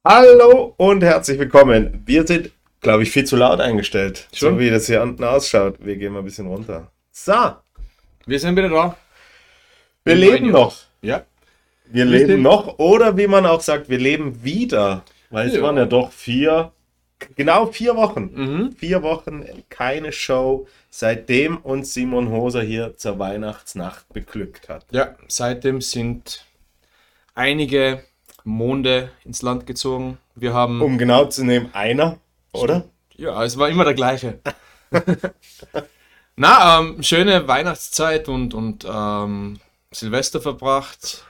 Hallo und herzlich willkommen. Wir sind, glaube ich, viel zu laut eingestellt. Schon? So wie das hier unten ausschaut. Wir gehen mal ein bisschen runter. So, Wir sind wieder da. wir Im leben neuen Jahr. noch. Ja. Wir Wir leben sind- noch. Oder wie man auch sagt, wir leben wieder. Weil es Ja. waren ja doch genau 4 Wochen. Mhm. 4 Wochen, keine Show, seitdem uns Simon Hoser hier zur Weihnachtsnacht beglückt hat. Ja, seitdem sind einige Monde ins Land gezogen. Wir haben, Um genau zu nehmen, einer, oder? ja, es war immer der gleiche. Na, schöne Weihnachtszeit und Silvester verbracht.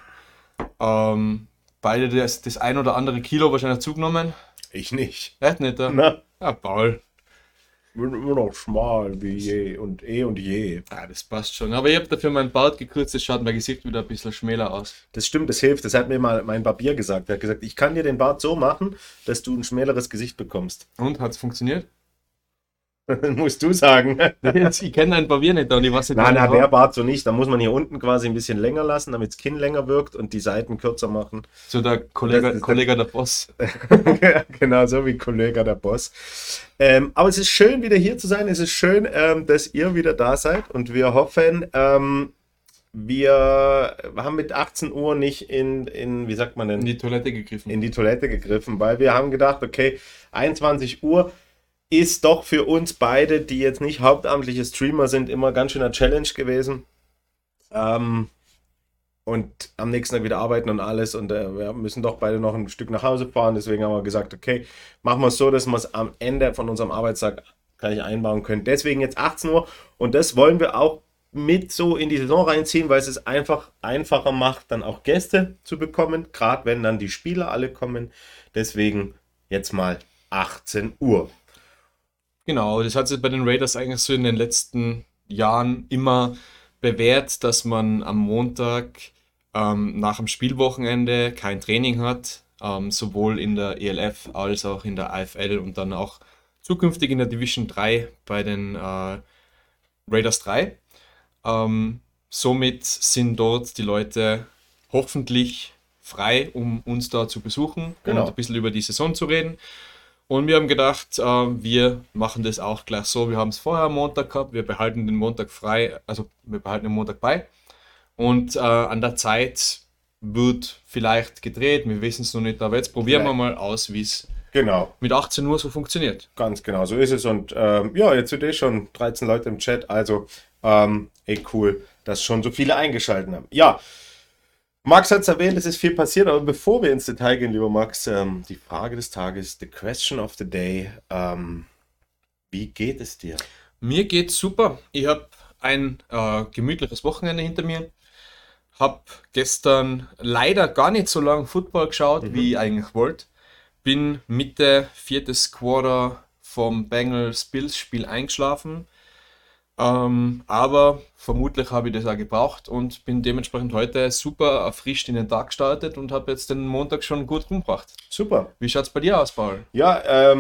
Beide das ein oder andere Kilo wahrscheinlich zugenommen. Ich nicht. Echt nicht, da? Na, Ja, Paul. bin immer noch schmal wie je und je. Ja, das passt schon. Aber ich habe dafür meinen Bart gekürzt, es schaut mein Gesicht wieder ein bisschen schmäler aus. Das stimmt, das hilft. Das hat mir mal mein Barbier gesagt. Er hat gesagt, ich kann dir den Bart so machen, dass du ein schmäleres Gesicht bekommst. Und, hat's funktioniert? Musst du sagen. Ich kenne deinen Barbier nicht und ich weiß nicht, Nein, wer der war. Bart so nicht. Da muss man hier unten quasi ein bisschen länger lassen, damit das Kinn länger wirkt und die Seiten kürzer machen. So der Das Kollege, ist Kollege der Boss. Genau, so wie Kollege der Boss. Aber es ist schön, wieder hier zu sein. Es ist schön, dass ihr wieder da seid und wir hoffen, wir haben mit 18 Uhr nicht wie sagt man denn? In die Toilette gegriffen. In die Toilette gegriffen, weil wir haben gedacht, okay, 21 Uhr ist doch für uns beide, die jetzt nicht hauptamtliche Streamer sind, immer ganz schöner Challenge gewesen. Und am nächsten Tag wieder arbeiten und alles und wir müssen doch beide noch ein Stück nach Hause fahren. Deswegen haben wir gesagt, okay, machen wir es so, dass wir es am Ende von unserem Arbeitstag gleich einbauen können. Deswegen jetzt 18 Uhr und das wollen wir auch mit so in die Saison reinziehen, weil es es einfach einfacher macht, dann auch Gäste zu bekommen, gerade wenn dann die Spieler alle kommen. Deswegen jetzt mal 18 Uhr. Genau, das hat sich bei den Raiders eigentlich so in den letzten Jahren immer bewährt, dass man am Montag nach dem Spielwochenende kein Training hat, sowohl in der ELF als auch in der AFL und dann auch zukünftig in der Division 3 bei den Raiders 3. Somit sind dort die Leute hoffentlich frei, um uns da zu besuchen Genau. und ein bisschen über die Saison zu reden. Und wir haben gedacht, wir machen das auch gleich so. Wir haben es vorher am Montag gehabt, wir behalten den Montag frei, also wir behalten den Montag bei. Und an der Zeit wird vielleicht gedreht, wir wissen es noch nicht, aber jetzt probieren wir mal aus, wie es Genau. mit 18 Uhr so funktioniert. Ganz genau, so ist es. Und ja, jetzt sind schon 13 Leute im Chat. Also, cool, dass schon so viele eingeschaltet haben. Ja, Max hat es erwähnt, es ist viel passiert. Aber bevor wir ins Detail gehen, lieber Max, die Frage des Tages, the question of the day. Wie geht es dir? Mir geht's super. Ich habe ein gemütliches Wochenende hinter mir. Habe gestern leider gar nicht so lange Football geschaut, wie ich eigentlich wollte. Bin Mitte viertes Quarter vom Bengals-Bills-Spiel eingeschlafen. Aber vermutlich habe ich das auch gebraucht und bin dementsprechend heute super erfrischt in den Tag gestartet und habe jetzt den Montag schon gut rumgebracht. Super. Wie schaut's bei dir aus, Paul? Ja,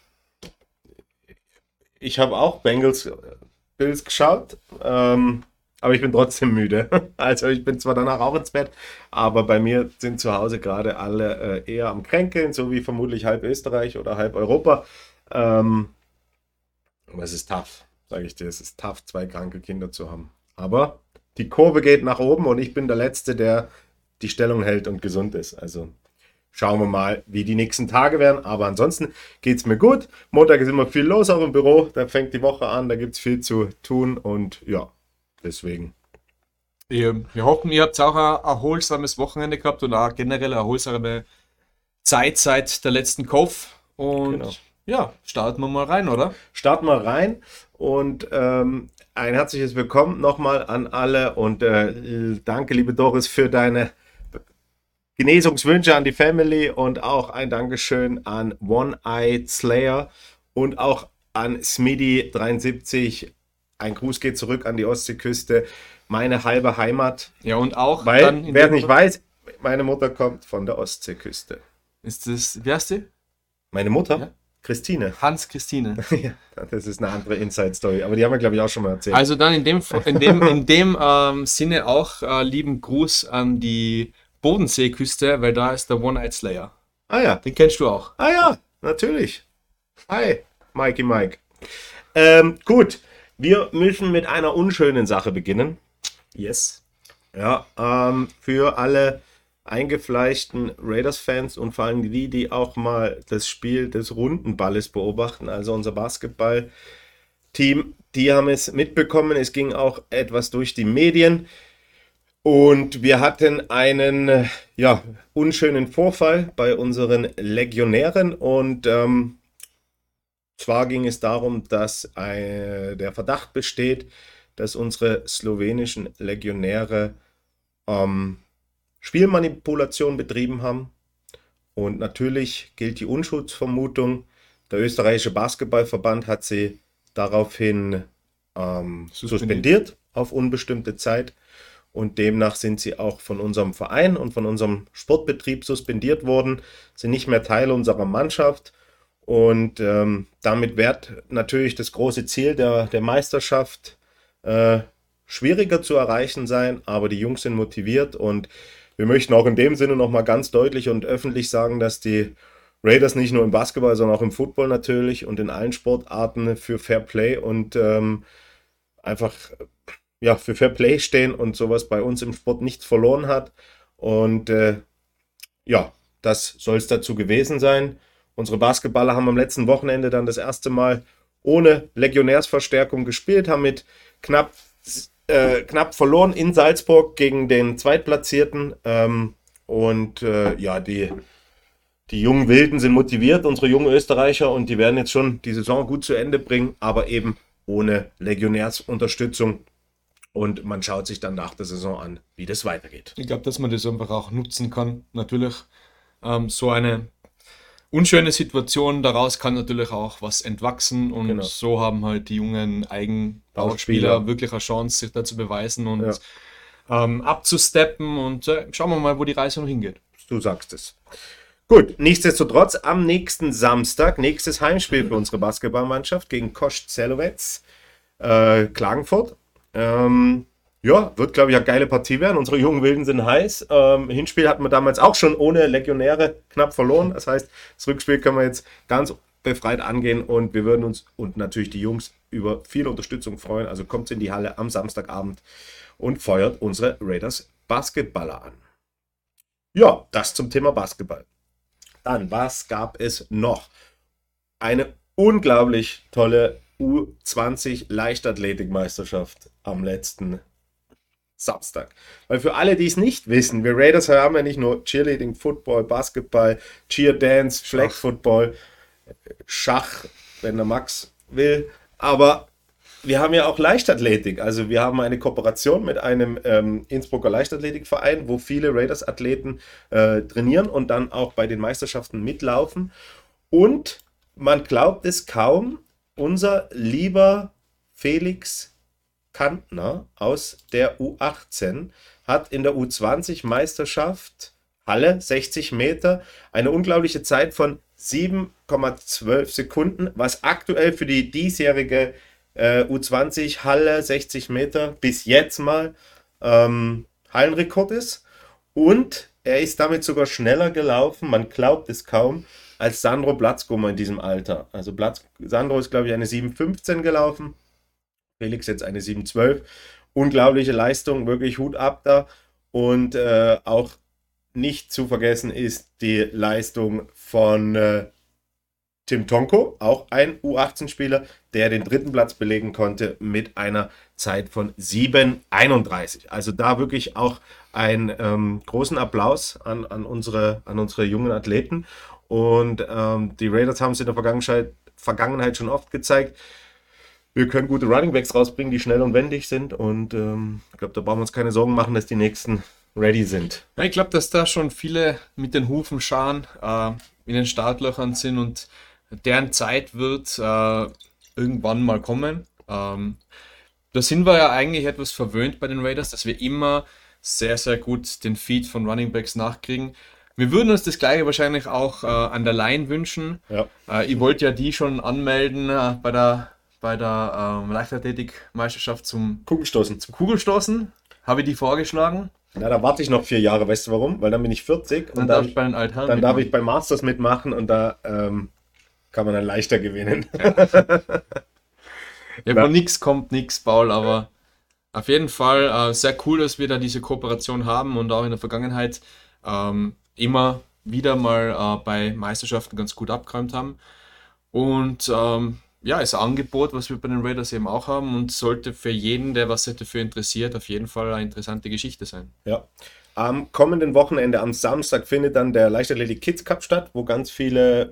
ich habe auch Bills geschaut, aber ich bin trotzdem müde. Also ich bin zwar danach auch ins Bett, aber bei mir sind zu Hause gerade alle eher am Kränkeln, so wie vermutlich halb Österreich oder halb Europa. Aber es ist tough, sage ich dir. Es ist tough, 2 kranke Kinder zu haben. Aber die Kurve geht nach oben und ich bin der Letzte, der die Stellung hält und gesund ist. Also schauen wir mal, wie die nächsten Tage werden. Aber ansonsten geht es mir gut. Montag ist immer viel los auch im Büro. Da fängt die Woche an, da gibt es viel zu tun. Und ja, deswegen. Wir hoffen, ihr habt auch ein erholsames Wochenende gehabt und auch generell eine erholsame Zeit seit der letzten Kauf. Und Genau. ja, starten wir mal rein, oder? Starten wir rein und ein herzliches Willkommen nochmal an alle und danke, liebe Doris, für deine Genesungswünsche an die Family und auch ein Dankeschön an One-Eyed Slayer und auch an Smitty73. Ein Gruß geht zurück an die Ostseeküste, meine halbe Heimat. Ja, und auch Weil, dann in wer dem- nicht weiß, meine Mutter kommt von der Ostseeküste. Ist das, wie heißt die? Meine Mutter? Ja. Christine. Hans-Christine. Ja, das ist eine andere Inside-Story, aber die haben wir, glaube ich, auch schon mal erzählt. Also dann in dem Sinne auch lieben Gruß an die Bodenseeküste, weil da ist der One-Eyed Slayer. Ah ja. Den kennst du auch. Ah ja, natürlich. Hi, Mikey Mike. Gut, wir müssen mit einer unschönen Sache beginnen. Yes. Ja, für alle eingefleischten Raiders-Fans und vor allem die auch mal das Spiel des runden Balles beobachten, also unser Basketball-Team, die haben es mitbekommen. Es ging auch etwas durch die Medien und wir hatten einen ja, unschönen Vorfall bei unseren Legionären und zwar ging es darum, dass der Verdacht besteht, dass unsere slowenischen Legionäre Spielmanipulation betrieben haben. Und natürlich gilt die Unschuldsvermutung. Der österreichische Basketballverband hat sie daraufhin suspendiert auf unbestimmte Zeit. Und demnach sind sie auch von unserem Verein und von unserem Sportbetrieb suspendiert worden, sind nicht mehr Teil unserer Mannschaft. Und damit wird natürlich das große Ziel der Meisterschaft schwieriger zu erreichen sein, aber die Jungs sind motiviert und wir möchten auch in dem Sinne nochmal ganz deutlich und öffentlich sagen, dass die Raiders nicht nur im Basketball, sondern auch im Football natürlich und in allen Sportarten für Fair Play und einfach ja, für Fair Play stehen und sowas bei uns im Sport nichts verloren hat. Und ja, das soll es dazu gewesen sein. Unsere Basketballer haben am letzten Wochenende dann das erste Mal ohne Legionärsverstärkung gespielt, haben mit knapp verloren in Salzburg gegen den Zweitplatzierten. Ja, die jungen Wilden sind motiviert, unsere jungen Österreicher, und die werden jetzt schon die Saison gut zu Ende bringen, aber eben ohne Legionärsunterstützung. Und man schaut sich dann nach der Saison an, wie das weitergeht. Ich glaube, dass man das einfach auch nutzen kann. Natürlich so eine unschöne Situation, daraus kann natürlich auch was entwachsen und Genau. so haben halt die jungen Eigenbauspieler wirklich eine Chance, sich da zu beweisen und abzusteppen und schauen wir mal, wo die Reise noch hingeht. Du sagst es. Gut, nichtsdestotrotz am nächsten Samstag, nächstes Heimspiel für unsere Basketballmannschaft gegen Kost Zelovec, Klagenfurt. Ja, wird, glaube ich, eine geile Partie werden. Unsere jungen Wilden sind heiß. Hinspiel hatten wir damals auch schon ohne Legionäre knapp verloren. Das heißt, das Rückspiel können wir jetzt ganz befreit angehen und wir würden uns und natürlich die Jungs über viel Unterstützung freuen. Also kommt in die Halle am Samstagabend und feuert unsere Raiders Basketballer an. Ja, das zum Thema Basketball. Dann, was gab es noch? Eine unglaublich tolle U20 Leichtathletikmeisterschaft am letzten Samstag. Weil für alle, die es nicht wissen, wir Raiders haben ja nicht nur Cheerleading, Football, Basketball, Cheer Dance, Flag Football, Schach, wenn der Max will, aber wir haben ja auch Leichtathletik. Also wir haben eine Kooperation mit einem Innsbrucker Leichtathletikverein, wo viele Raiders-Athleten trainieren und dann auch bei den Meisterschaften mitlaufen. Und man glaubt es kaum, unser lieber Felix Kantner aus der U18 hat in der U20-Meisterschaft Halle 60 Meter eine unglaubliche Zeit von 7,12 Sekunden, was aktuell für die diesjährige U20 Halle 60 Meter bis jetzt mal Hallenrekord ist. Und er ist damit sogar schneller gelaufen, man glaubt es kaum, als Sandro Platzgummer in diesem Alter. Also Sandro ist, glaube ich, eine 7,15 gelaufen. Felix jetzt eine 7,12. Unglaubliche Leistung, wirklich Hut ab da. Und auch nicht zu vergessen ist die Leistung von Tim Tonko, auch ein U18-Spieler, der den dritten Platz belegen konnte mit einer Zeit von 7,31. Also da wirklich auch einen großen Applaus an unsere jungen Athleten. Und die Raiders haben es in der Vergangenheit schon oft gezeigt. Wir können gute Runningbacks rausbringen, die schnell und wendig sind. Und ich glaube, da brauchen wir uns keine Sorgen machen, dass die nächsten ready sind. Ja, ich glaube, dass da schon viele mit den Hufen scharen, in den Startlöchern sind und deren Zeit wird irgendwann mal kommen. Da sind wir ja eigentlich etwas verwöhnt bei den Raiders, dass wir immer sehr, sehr gut den Feed von Runningbacks nachkriegen. Wir würden uns das gleiche wahrscheinlich auch an der Line wünschen. Ja. Ich wollte ja die schon anmelden bei der Leichtathletik-Meisterschaft zum Kugelstoßen. Kugelstoßen. Habe ich die vorgeschlagen. Na, da warte ich noch 4 Jahre, weißt du warum? Weil dann bin ich 40 und Dann darfst du bei den Altherren dann darf ich mitmachen. bei Masters mitmachen und da kann man dann leichter gewinnen. Ja. Ja, Na, von nix kommt nix, Paul, aber auf jeden Fall sehr cool, dass wir da diese Kooperation haben und auch in der Vergangenheit immer wieder mal bei Meisterschaften ganz gut abgeräumt haben. Und ja, ist ein Angebot, was wir bei den Raiders eben auch haben und sollte für jeden, der was sich dafür interessiert, auf jeden Fall eine interessante Geschichte sein. ja. Am kommenden Wochenende, am Samstag, findet dann der Leichtathletik Kids Cup statt, wo ganz viele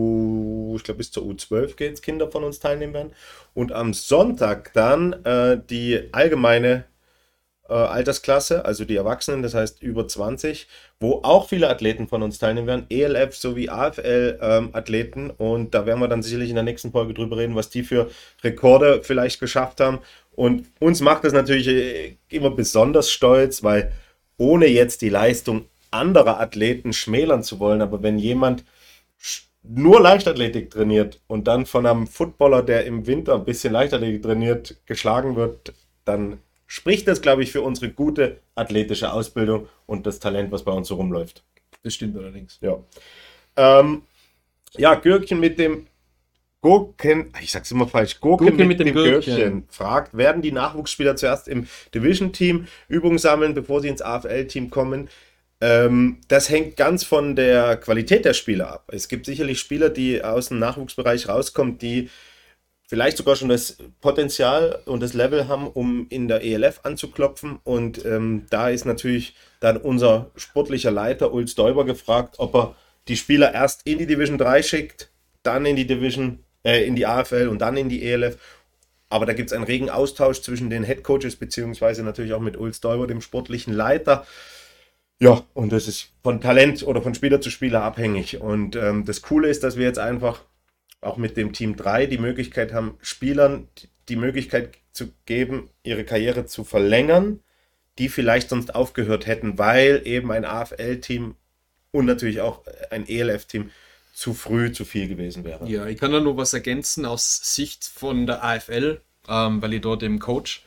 ich glaube bis zur U12 geht's, Kinder von uns teilnehmen werden. Und am Sonntag dann die allgemeine Altersklasse, also die Erwachsenen, das heißt über 20, wo auch viele Athleten von uns teilnehmen werden, ELF sowie AFL-Athleten. Und da werden wir dann sicherlich in der nächsten Folge drüber reden, was die für Rekorde vielleicht geschafft haben. Und uns macht das natürlich immer besonders stolz, weil ohne jetzt die Leistung anderer Athleten schmälern zu wollen, aber wenn jemand nur Leichtathletik trainiert und dann von einem Footballer, der im Winter ein bisschen Leichtathletik trainiert, geschlagen wird, dann spricht das, glaube ich, für unsere gute athletische Ausbildung und das Talent, was bei uns so rumläuft. Das stimmt allerdings. Ja, ähm, ja, Gürkchen mit dem Gurken, ich sag's immer falsch, Gurken Gurke mit mit dem dem Gürkchen. Gürkchen fragt, werden die Nachwuchsspieler zuerst im Division-Team Übungen sammeln, bevor sie ins AFL-Team kommen? Das hängt ganz von der Qualität der Spieler ab. Es gibt sicherlich Spieler, die aus dem Nachwuchsbereich rauskommen, die vielleicht sogar schon das Potenzial und das Level haben, um in der ELF anzuklopfen. Und da ist natürlich dann unser sportlicher Leiter Ulf Stoiber gefragt, ob er die Spieler erst in die Division 3 schickt, dann in die in die AFL und dann in die ELF. Aber da gibt es einen regen Austausch zwischen den Headcoaches, beziehungsweise natürlich auch mit Ulf Stoiber, dem sportlichen Leiter. Ja, und das ist von Talent oder von Spieler zu Spieler abhängig. Und das Coole ist, dass wir jetzt einfach auch mit dem Team 3 die Möglichkeit haben, Spielern die Möglichkeit zu geben, ihre Karriere zu verlängern, die vielleicht sonst aufgehört hätten, weil eben ein AFL-Team und natürlich auch ein ELF-Team zu früh zu viel gewesen wäre. Ja, ich kann da nur was ergänzen aus Sicht von der AFL, weil ich dort eben coach.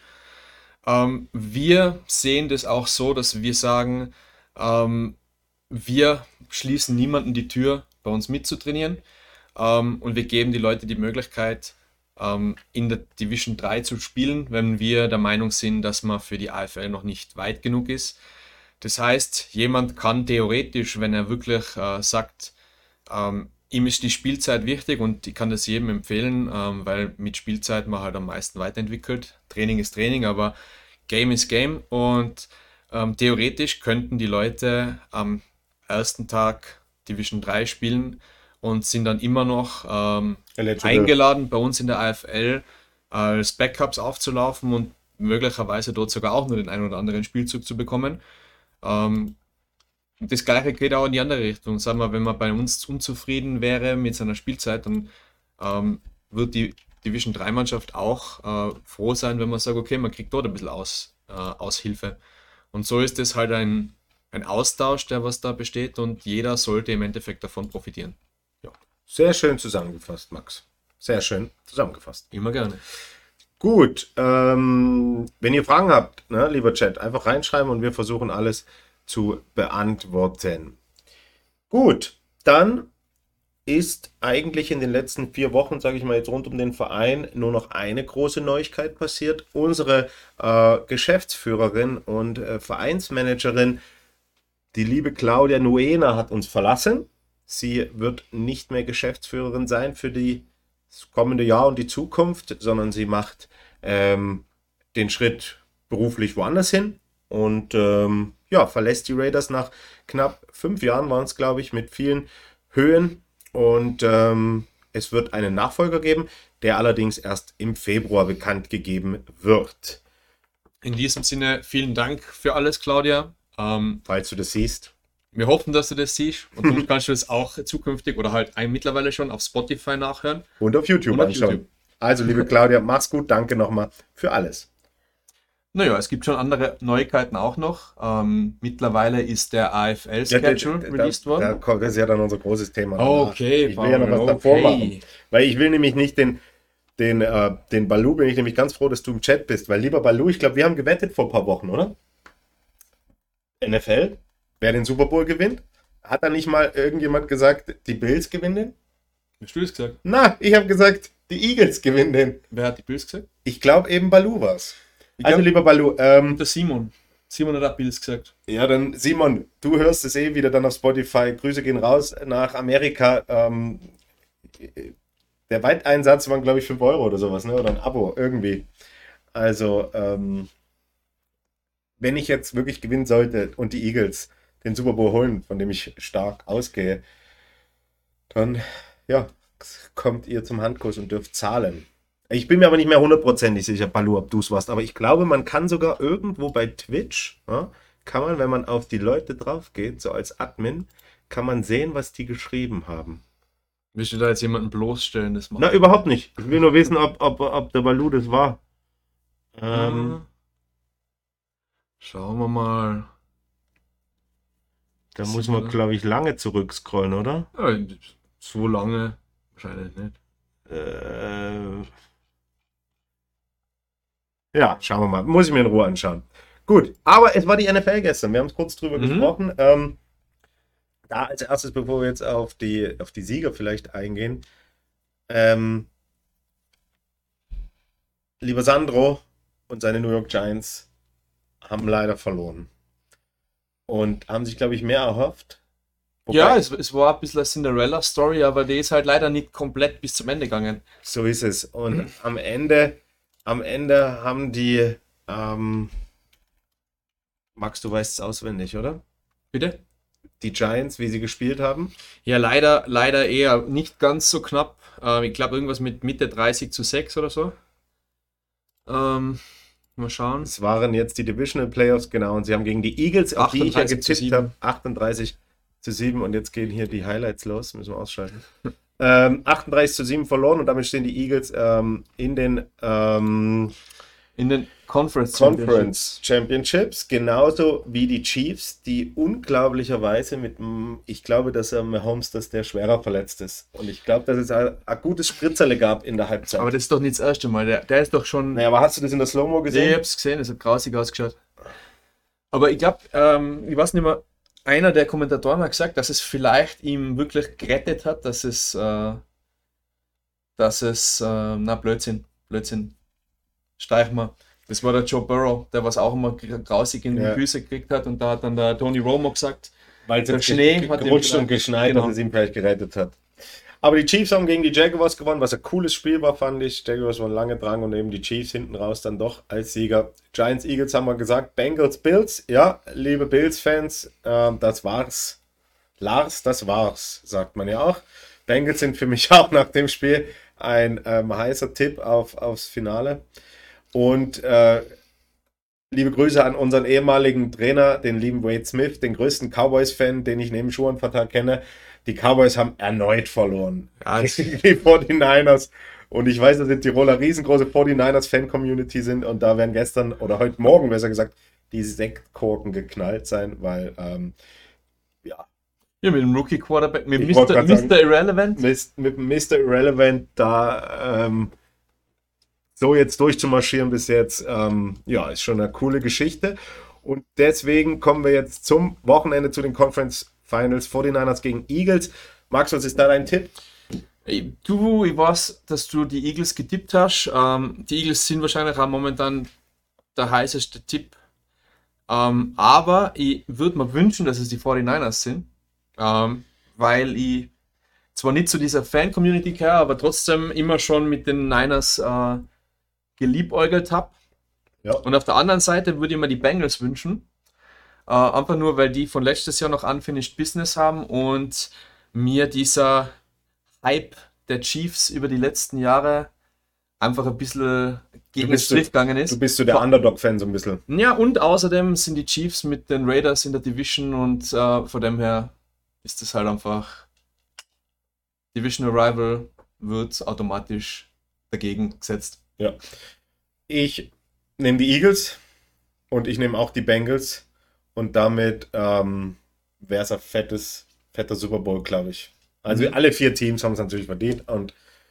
Wir sehen das auch so, dass wir sagen, ähm, wir schließen niemanden die Tür, bei uns mitzutrainieren. Und wir geben die Leute die Möglichkeit, in der Division 3 zu spielen, wenn wir der Meinung sind, dass man für die AFL noch nicht weit genug ist. Das heißt, jemand kann theoretisch, wenn er wirklich sagt, ihm ist die Spielzeit wichtig und ich kann das jedem empfehlen, weil mit Spielzeit man halt am meisten weiterentwickelt. Training ist Training, aber Game ist Game und theoretisch könnten die Leute am ersten Tag Division 3 spielen und sind dann immer noch Eligible. eingeladen, bei uns in der AFL als Backups aufzulaufen und möglicherweise dort sogar auch nur den einen oder anderen Spielzug zu bekommen. Ähm, Das Gleiche geht auch in die andere Richtung. Sagen wir, wenn man bei uns unzufrieden wäre mit seiner Spielzeit, dann wird die Division 3 Mannschaft auch froh sein, wenn man sagt, okay, man kriegt dort ein bisschen Aushilfe. Und so ist es halt ein Austausch, der was da besteht und jeder sollte im Endeffekt davon profitieren. Ja. Sehr schön zusammengefasst, Max. Sehr schön zusammengefasst. Immer gerne. Gut, wenn ihr Fragen habt, ne, lieber Chat, einfach reinschreiben und wir versuchen alles zu beantworten. Gut, dann ist eigentlich in den letzten 4 Wochen, sage ich mal jetzt rund um den Verein, nur noch eine große Neuigkeit passiert. Unsere Geschäftsführerin und Vereinsmanagerin, die liebe Claudia Nuena, hat uns verlassen. Sie wird nicht mehr Geschäftsführerin sein für das kommende Jahr und die Zukunft, sondern sie macht den Schritt beruflich woanders hin und ja, verlässt die Raiders nach knapp 5 Jahren, waren es, glaube ich, mit vielen Höhen. Und es wird einen Nachfolger geben, der allerdings erst im Februar bekannt gegeben wird. In diesem Sinne, vielen Dank für alles, Claudia. Falls du das siehst. Wir hoffen, dass du das siehst und sonst kannst du das auch zukünftig oder halt mittlerweile schon auf Spotify nachhören. Und auf YouTube Und auf anschauen. YouTube. Also, liebe Claudia, mach's gut. Danke nochmal für alles. Naja, es gibt schon andere Neuigkeiten auch noch. Mittlerweile ist der AFL-Schedule released worden. Das ist ja dann unser großes Thema. Okay, ich will ja noch was Paul, davor okay. machen. Weil ich will nämlich nicht den Balu, bin ich nämlich ganz froh, dass du im Chat bist. Weil lieber Balu, ich glaube, wir haben gewettet vor ein paar Wochen, oder? NFL, wer den Super Bowl gewinnt. Hat da nicht mal irgendjemand gesagt, die Bills gewinnen den? Hast du das gesagt? Na, ich habe gesagt, die Eagles gewinnen den. Wer hat die Bills gesagt? Ich glaube eben Balu war's. Ich Also glaub, lieber Balu, der Simon. Simon hat auch Bills gesagt. ja dann Simon, du hörst es wieder dann auf Spotify. Grüße gehen raus nach Amerika. Der Weiteinsatz waren glaube ich 5 Euro oder sowas, ne? Oder ein Abo irgendwie. Also wenn ich jetzt wirklich gewinnen sollte und die Eagles den Super Bowl holen, von dem ich stark ausgehe, dann ja, kommt ihr zum Handkuss und dürft zahlen. Ich bin mir aber nicht mehr hundertprozentig sicher, Balu, ob du es warst, aber ich glaube, man kann sogar irgendwo bei Twitch, ja, kann man, wenn man auf die Leute drauf geht, so als Admin, kann man sehen, was die geschrieben haben. Willst du da jetzt jemanden bloßstellen? Das Na, überhaupt nicht. Ich will nur wissen, ob der Balu das war. Schauen wir mal. Da muss man, glaube ich, lange zurückscrollen, oder? Ja, so lange wahrscheinlich nicht. Ja, schauen wir mal. Muss ich mir in Ruhe anschauen. Gut, aber es war die NFL gestern. Wir haben es kurz drüber gesprochen. Da als erstes, bevor wir jetzt auf die Sieger vielleicht eingehen. Lieber Sandro und seine New York Giants haben leider verloren. Und haben sich, glaube ich, mehr erhofft. Ja, es war ein bisschen eine Cinderella-Story, aber die ist halt leider nicht komplett bis zum Ende gegangen. So ist es. Und am Ende haben die, Max, du weißt es auswendig, oder? Bitte? Die Giants, wie sie gespielt haben. Ja, leider eher nicht ganz so knapp. Ich glaube, irgendwas mit Mitte 30-6 oder so. Mal schauen. Es waren jetzt die Divisional Playoffs, genau, und sie haben gegen die Eagles, auf die ich ja getippt habe, 38-7 und jetzt gehen hier die Highlights los, müssen wir ausschalten. 38-7 verloren und damit stehen die Eagles in den Conference Championships, genauso wie die Chiefs, die unglaublicherweise ich glaube, dass Mahomes, dass der schwerer verletzt ist. Und ich glaube, dass es ein gutes Spritzerle gab in der Halbzeit. Aber das ist doch nicht das erste Mal, der ist doch schon... Naja, aber hast du das in der Slow-Mo gesehen? Ich hab's gesehen, das hat grausig ausgeschaut. Aber ich glaube, ich weiß nicht mehr, einer der Kommentatoren hat gesagt, dass es vielleicht ihm wirklich gerettet hat, Blödsinn, streich mal. Das war der Joe Burrow, der was auch immer grausig in die Füße gekriegt hat und da hat dann der Tony Romo gesagt, weil der Schnee hat gerutscht und geschneit, genau, dass es ihm vielleicht gerettet hat. Aber die Chiefs haben gegen die Jaguars gewonnen, was ein cooles Spiel war, fand ich. Jaguars waren lange dran und eben die Chiefs hinten raus dann doch als Sieger. Giants, Eagles haben wir gesagt, Bengals, Bills. Ja, liebe Bills-Fans, das war's. Lars, das war's, sagt man ja auch. Bengals sind für mich auch nach dem Spiel ein heißer Tipp aufs Finale. Und liebe Grüße an unseren ehemaligen Trainer, den lieben Wade Smith, den größten Cowboys-Fan, den ich neben Schuhenvertrag kenne. Die Cowboys haben erneut verloren. Ja, die 49ers. Und ich weiß, dass die Tiroler riesengroße 49ers-Fan-Community sind. Und da werden gestern oder heute Morgen, besser gesagt, die Sektkorken geknallt sein, weil, ja, mit dem Rookie-Quarterback, mit Mr. Irrelevant. Mit Mr. Irrelevant da so jetzt durchzumarschieren bis jetzt, ist schon eine coole Geschichte. Und deswegen kommen wir jetzt zum Wochenende zu den Conference Finals, 49ers gegen Eagles. Max, was ist da dein Tipp? Ich weiß, dass du die Eagles getippt hast. Die Eagles sind wahrscheinlich auch momentan der heißeste Tipp. Aber ich würde mir wünschen, dass es die 49ers sind. Weil ich zwar nicht zu dieser Fan-Community gehöre, aber trotzdem immer schon mit den Niners geliebäugelt habe. Ja. Und auf der anderen Seite würde ich mir die Bengals wünschen. Einfach nur, weil die von letztes Jahr noch Unfinished Business haben und mir dieser Hype der Chiefs über die letzten Jahre einfach ein bisschen gegen den Strich gegangen ist. Du bist so der Underdog-Fan so ein bisschen. Ja, und außerdem sind die Chiefs mit den Raiders in der Division und von dem her ist das halt einfach Divisional Rival wird automatisch dagegen gesetzt. Ja. Ich nehme die Eagles und ich nehme auch die Bengals und damit wäre es ein fetter Super Bowl, glaube ich. Also alle 4 Teams haben es natürlich verdient und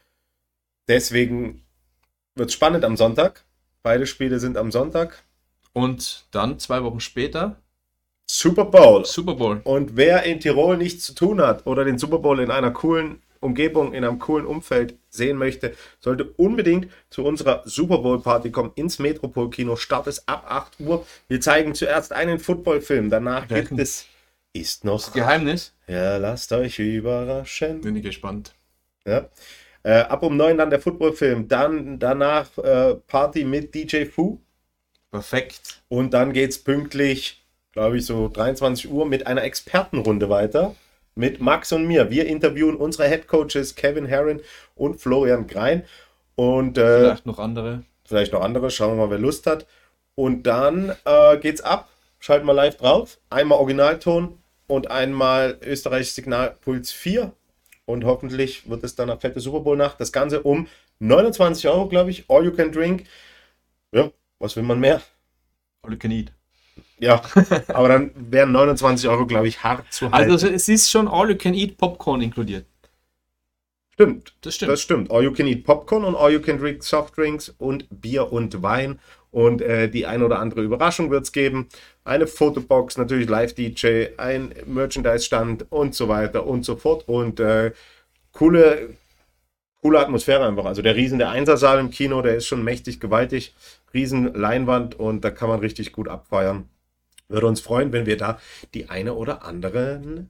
deswegen wird es spannend am Sonntag. Beide Spiele sind am Sonntag. Und dann 2 Wochen später Super Bowl. Super Bowl. Und wer in Tirol nichts zu tun hat oder den Super Bowl in einer coolen Umgebung, in einem coolen Umfeld sehen möchte, sollte unbedingt zu unserer Super Bowl Party kommen ins Metropol-Kino. Start ist ab 8 Uhr. Wir zeigen zuerst einen Footballfilm. Danach gibt es... Ist noch... Geheimnis? Ja, lasst euch überraschen. Bin ich gespannt. Ja. Ab um 9 dann der Footballfilm. Dann danach Party mit DJ Fu. Perfekt. Und dann geht es pünktlich, glaube ich, so 23 Uhr mit einer Expertenrunde weiter. Mit Max und mir. Wir interviewen unsere Headcoaches Kevin Herron und Florian Grein. Und vielleicht noch andere. Schauen wir mal, wer Lust hat. Und dann geht's ab. Schalten wir live drauf. Einmal Originalton und einmal österreichisches Signal Puls 4. Und hoffentlich wird es dann eine fette Super Bowl Nacht. Das Ganze um 29 Euro, glaube ich. All you can drink. Ja, was will man mehr? All you can eat. Ja, aber dann wären 29 Euro, glaube ich, hart zu halten. Also es ist schon All you can eat Popcorn inkludiert. Stimmt. Das stimmt. Das stimmt. All you can eat Popcorn und all you can drink Softdrinks und Bier und Wein. Und die ein oder andere Überraschung wird es geben. Eine Fotobox, natürlich Live-DJ, ein Merchandise-Stand und so weiter und so fort. Und coole Atmosphäre einfach. Also der der Einsersaal im Kino, der ist schon mächtig gewaltig. Riesen Leinwand und da kann man richtig gut abfeiern. Würde uns freuen, wenn wir da die eine oder anderen,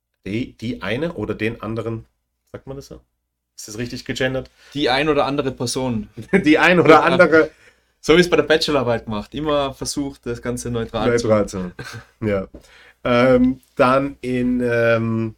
den anderen, sagt man das so? Ist das richtig gegendert? Die ein oder andere Person. Die ein oder andere. So wie es bei der Bachelorarbeit macht. Immer versucht, das Ganze neutral zu machen. Ja. Dann im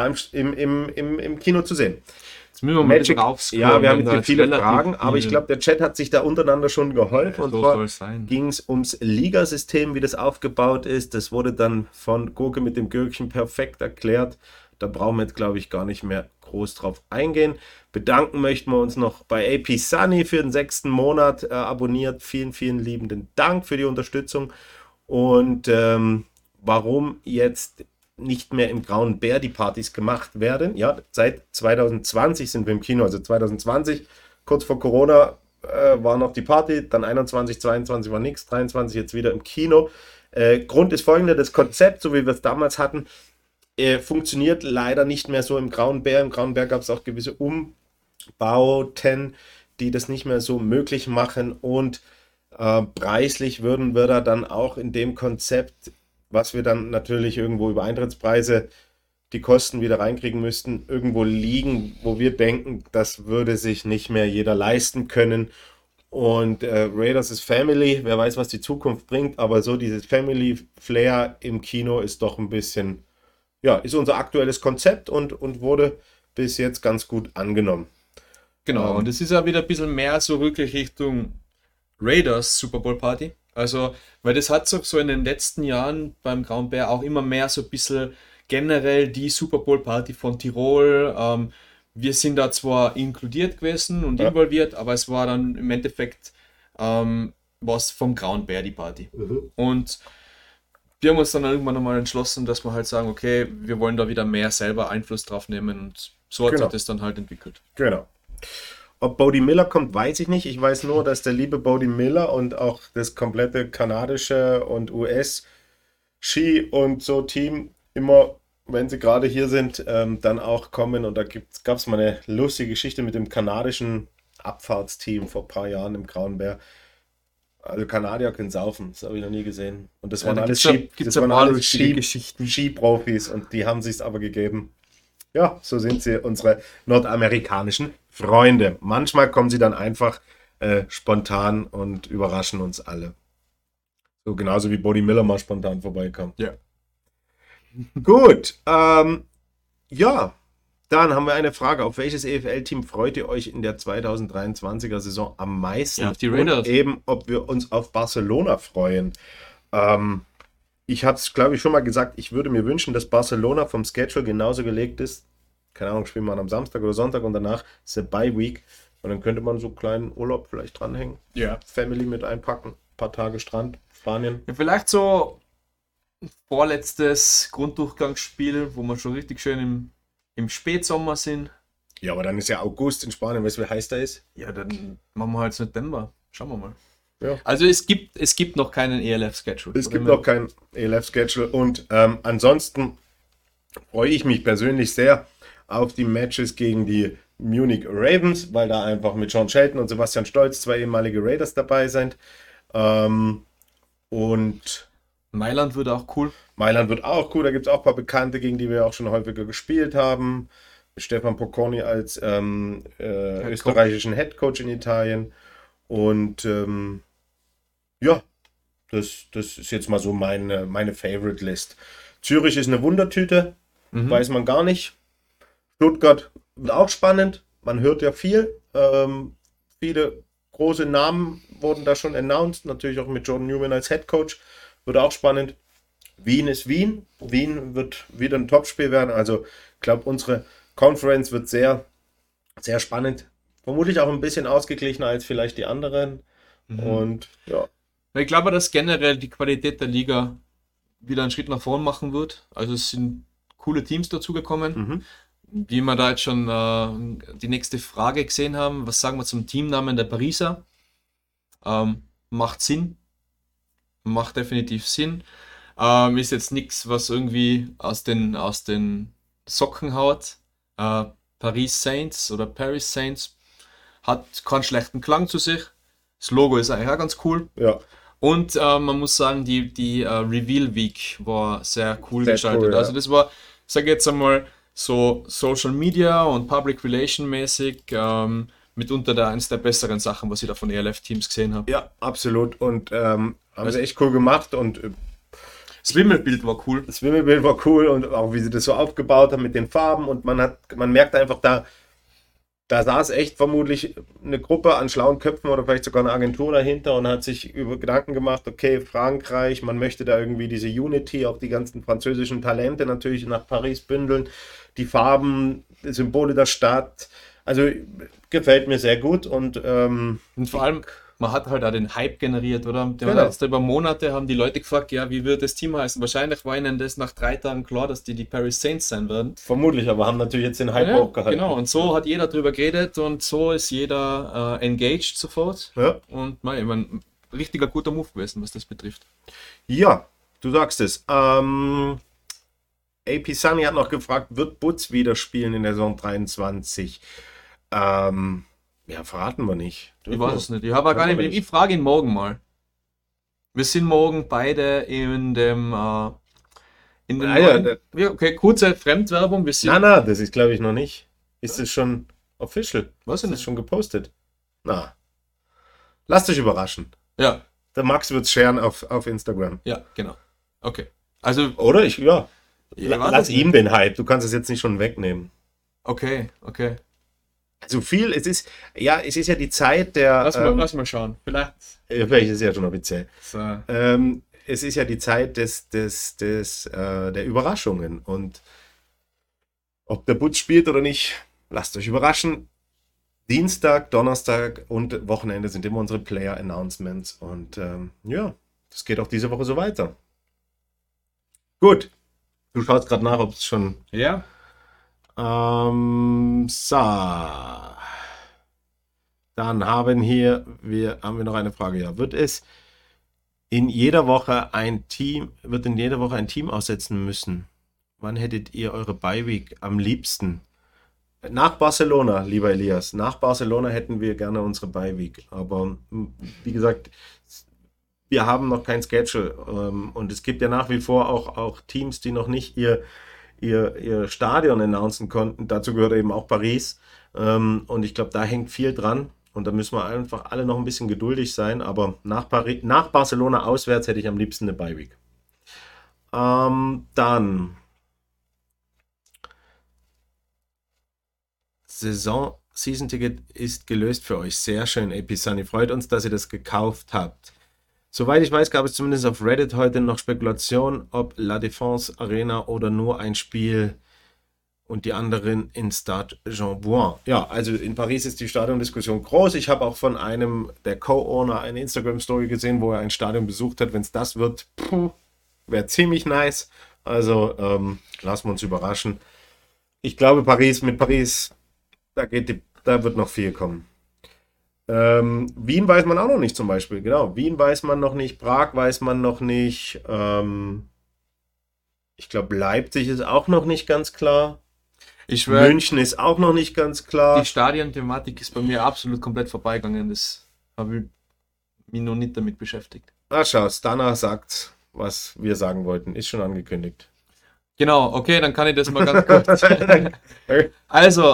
Kino zu sehen. Jetzt müssen wir mal Magic, draufscrollen. Ja, wir haben jetzt hier viele Fragen, aber ich glaube, der Chat hat sich da untereinander schon geholfen. Und zwar ging es ums Ligasystem, wie das aufgebaut ist. Das wurde dann von Gurke mit dem Gürkchen perfekt erklärt. Da brauchen wir jetzt, glaube ich, gar nicht mehr groß drauf eingehen. Bedanken möchten wir uns noch bei AP Sunny für den 6. Monat abonniert. Vielen, vielen lieben Dank für die Unterstützung. Und warum jetzt nicht mehr im Grauen Bär die Partys gemacht werden. Ja, seit 2020 sind wir im Kino. Also 2020, kurz vor Corona, war noch die Party. Dann 21, 22 war nichts. 23 jetzt wieder im Kino. Grund ist folgender: Das Konzept, so wie wir es damals hatten, funktioniert leider nicht mehr so im Grauen Bär. Im Grauen Bär gab es auch gewisse Umbauten, die das nicht mehr so möglich machen. Und preislich würden wir da dann auch in dem Konzept, was wir dann natürlich irgendwo über Eintrittspreise die Kosten wieder reinkriegen müssten, irgendwo liegen, wo wir denken, das würde sich nicht mehr jeder leisten können. Und Raiders ist Family, wer weiß, was die Zukunft bringt, aber so dieses Family-Flair im Kino ist doch ein bisschen, ja, ist unser aktuelles Konzept und wurde bis jetzt ganz gut angenommen. Genau, und es ist ja wieder ein bisschen mehr so wirklich Richtung Raiders Super Bowl Party. Also, weil das hat so in den letzten Jahren beim Grauen Bär auch immer mehr so ein bisschen generell die Super Bowl Party von Tirol. Wir sind da zwar inkludiert gewesen und involviert, aber es war dann im Endeffekt was vom Grauen Bär die Party. Und wir haben uns dann irgendwann einmal entschlossen, dass wir halt sagen, okay, wir wollen da wieder mehr selber Einfluss drauf nehmen und so hat sich das dann halt entwickelt. Genau. Ob Bodie Miller kommt, weiß ich nicht. Ich weiß nur, dass der liebe Bodie Miller und auch das komplette kanadische und US-Ski und so Team immer, wenn sie gerade hier sind, dann auch kommen. Und da gab es mal eine lustige Geschichte mit dem kanadischen Abfahrtsteam vor ein paar Jahren im Grauen Bär. Also Kanadier können saufen, das habe ich noch nie gesehen. Und das waren alles Skiprofis und die haben sich es aber gegeben. Ja, so sind sie, unsere nordamerikanischen Freunde. Manchmal kommen sie dann einfach spontan und überraschen uns alle. So genauso wie Bodie Miller mal spontan vorbeikam. Ja. Gut, ja, dann haben wir eine Frage. Auf welches EFL-Team freut ihr euch in der 2023er Saison am meisten? Ja, auf die Raiders. Und eben, ob wir uns auf Barcelona freuen. Ich habe es, glaube ich, schon mal gesagt, ich würde mir wünschen, dass Barcelona vom Schedule genauso gelegt ist. Keine Ahnung, spielen wir am Samstag oder Sonntag und danach ist eine Bye-Week. Und dann könnte man so einen kleinen Urlaub vielleicht dranhängen. Ja. Family mit einpacken. Ein paar Tage Strand, Spanien. Ja, vielleicht so ein vorletztes Grunddurchgangsspiel, wo wir schon richtig schön im Spätsommer sind. Ja, aber dann ist ja August in Spanien. Weißt du, wie heiß da ist? Ja, dann machen wir halt September. Schauen wir mal. Ja. Also es gibt noch keinen ELF-Schedule. Es gibt noch kein ELF-Schedule und ansonsten freue ich mich persönlich sehr auf die Matches gegen die Munich Ravens, weil da einfach mit John Shelton und Sebastian Stolz 2 ehemalige Raiders dabei sind. Und Mailand wird auch cool. Mailand wird auch cool, da gibt es auch ein paar Bekannte, gegen die wir auch schon häufiger gespielt haben. Stefan Pocconi als österreichischen Headcoach in Italien. Und ja, das ist jetzt mal so meine Favorite List. Zürich ist eine Wundertüte, weiß man gar nicht. Stuttgart wird auch spannend, man hört ja viel. Viele große Namen wurden da schon announced, natürlich auch mit Jordan Newman als Headcoach. Wird auch spannend. Wien ist Wien. Wien wird wieder ein Topspiel werden. Also ich glaube, unsere Conference wird sehr, sehr spannend. Vermutlich auch ein bisschen ausgeglichener als vielleicht die anderen. Und ja. Ich glaube, dass generell die Qualität der Liga wieder einen Schritt nach vorn machen wird. Also es sind coole Teams dazugekommen. Wie wir da jetzt schon die nächste Frage gesehen haben, was sagen wir zum Teamnamen der Pariser? Macht Sinn. Macht definitiv Sinn. Ist jetzt nichts, was irgendwie aus den Socken haut. Paris Saints oder Paris Saints hat keinen schlechten Klang zu sich. Das Logo ist eigentlich auch ganz cool. Ja. Und man muss sagen, die Reveal Week war sehr cool Sehr gestaltet. cool, ja. Also das war, sage ich jetzt einmal, so Social Media und Public Relation mäßig mitunter eines der besseren Sachen, was ich da von ELF-Teams gesehen habe. Ja, absolut. Und haben sie echt cool gemacht und Das Wimmelbild war cool. das Wimmelbild war cool und auch wie sie das so aufgebaut haben mit den Farben und man merkt einfach, da saß echt vermutlich eine Gruppe an schlauen Köpfen oder vielleicht sogar eine Agentur dahinter und hat sich über Gedanken gemacht, okay, Frankreich, man möchte da irgendwie diese Unity, auch die ganzen französischen Talente natürlich nach Paris bündeln, die Farben, die Symbole der Stadt, also gefällt mir sehr gut und Und vor allem, man hat halt auch den Hype generiert, oder? Genau. Jetzt über Monate haben die Leute gefragt, ja, wie wird das Team heißen? Wahrscheinlich war ihnen das nach 3 Tagen klar, dass die Paris Saints sein werden. vermutlich, aber haben natürlich jetzt den Hype Ja, hochgehalten. genau, und so hat jeder drüber geredet und so ist jeder engaged sofort. Ja. Und ich meine, richtiger guter Move gewesen, was das betrifft. Ja, du sagst es. AP Sunny hat noch gefragt, wird Butz wieder spielen in der Saison 23? Ja, verraten wir nicht. Ich weiß es nicht. Ich habe gar nicht mit ihm. Ich frage ihn morgen mal. Wir sind morgen beide in dem Ah, neuen- ja, okay, kurze Fremdwerbung. Wir sind Na, das ist glaube ich noch nicht. Ist es schon official? Was Ist denn? es schon gepostet? Na. Lasst euch überraschen. Ja, Der Max wird sharen auf Instagram. ja, genau. Okay. Also, Oder? Ja. Ja, warte. Lass ihm den Hype. Du kannst es jetzt nicht schon wegnehmen. okay. Also viel, es ist ja die Zeit der. Lass mal schauen. Vielleicht. Vielleicht ist es ja schon offiziell. So. Es ist ja die Zeit der Überraschungen. Und ob der Butz spielt oder nicht, lasst euch überraschen. Dienstag, Donnerstag und Wochenende sind immer unsere Player-Announcements. Und ja, das geht auch diese Woche so weiter. Gut. Du schaust gerade nach, ob es schon. Ja. So. Dann haben wir noch eine Frage. Ja, wird in jeder Woche ein Team aussetzen müssen? Wann hättet ihr eure Bye-Week am liebsten? Nach Barcelona, lieber Elias. Nach Barcelona hätten wir gerne unsere Bye-Week. Aber wie gesagt, wir haben noch kein Schedule. Und es gibt ja nach wie vor auch Teams, die noch nicht ihr Stadion announcen konnten. Dazu gehört eben auch Paris. Und ich glaube, da hängt viel dran. Und da müssen wir einfach alle noch ein bisschen geduldig sein. Aber nach Barcelona auswärts hätte ich am liebsten eine Bye-Week. Dann Season-Ticket ist gelöst für euch. Sehr schön, AP Sunny. Freut uns, dass ihr das gekauft habt. Soweit ich weiß, gab es zumindest auf Reddit heute noch Spekulationen, ob La Défense Arena oder nur ein Spiel und die anderen in Stade Jean-Bouin. Ja, also in Paris ist die Stadiondiskussion groß. Ich habe auch von einem der Co-Owner eine Instagram-Story gesehen, wo er ein Stadion besucht hat. Wenn es das wird, wäre ziemlich nice. Also lassen wir uns überraschen. Ich glaube, mit Paris, da wird noch viel kommen. Wien weiß man auch noch nicht zum Beispiel. Genau, Wien weiß man noch nicht, Prag weiß man noch nicht. Ich glaube, Leipzig ist auch noch nicht ganz klar. Ich schwöre, München ist auch noch nicht ganz die klar. Stadion-Thematik ist bei mir absolut komplett vorbeigegangen. Das habe ich mich noch nicht damit beschäftigt. Schau, Stana sagt, was wir sagen wollten. Ist schon angekündigt. Genau, okay, dann kann ich das mal ganz kurz. Also,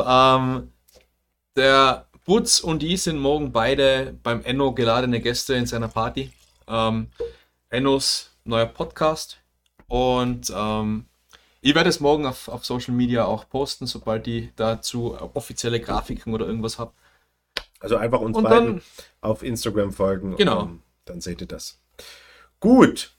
der Butz und ich sind morgen beide beim Enno geladene Gäste in seiner Party. Ennos neuer Podcast. Und ich werde es morgen auf Social Media auch posten, sobald ich dazu offizielle Grafiken oder irgendwas habe. Also einfach uns Und beiden dann, auf Instagram folgen. genau. Dann seht ihr das. Gut,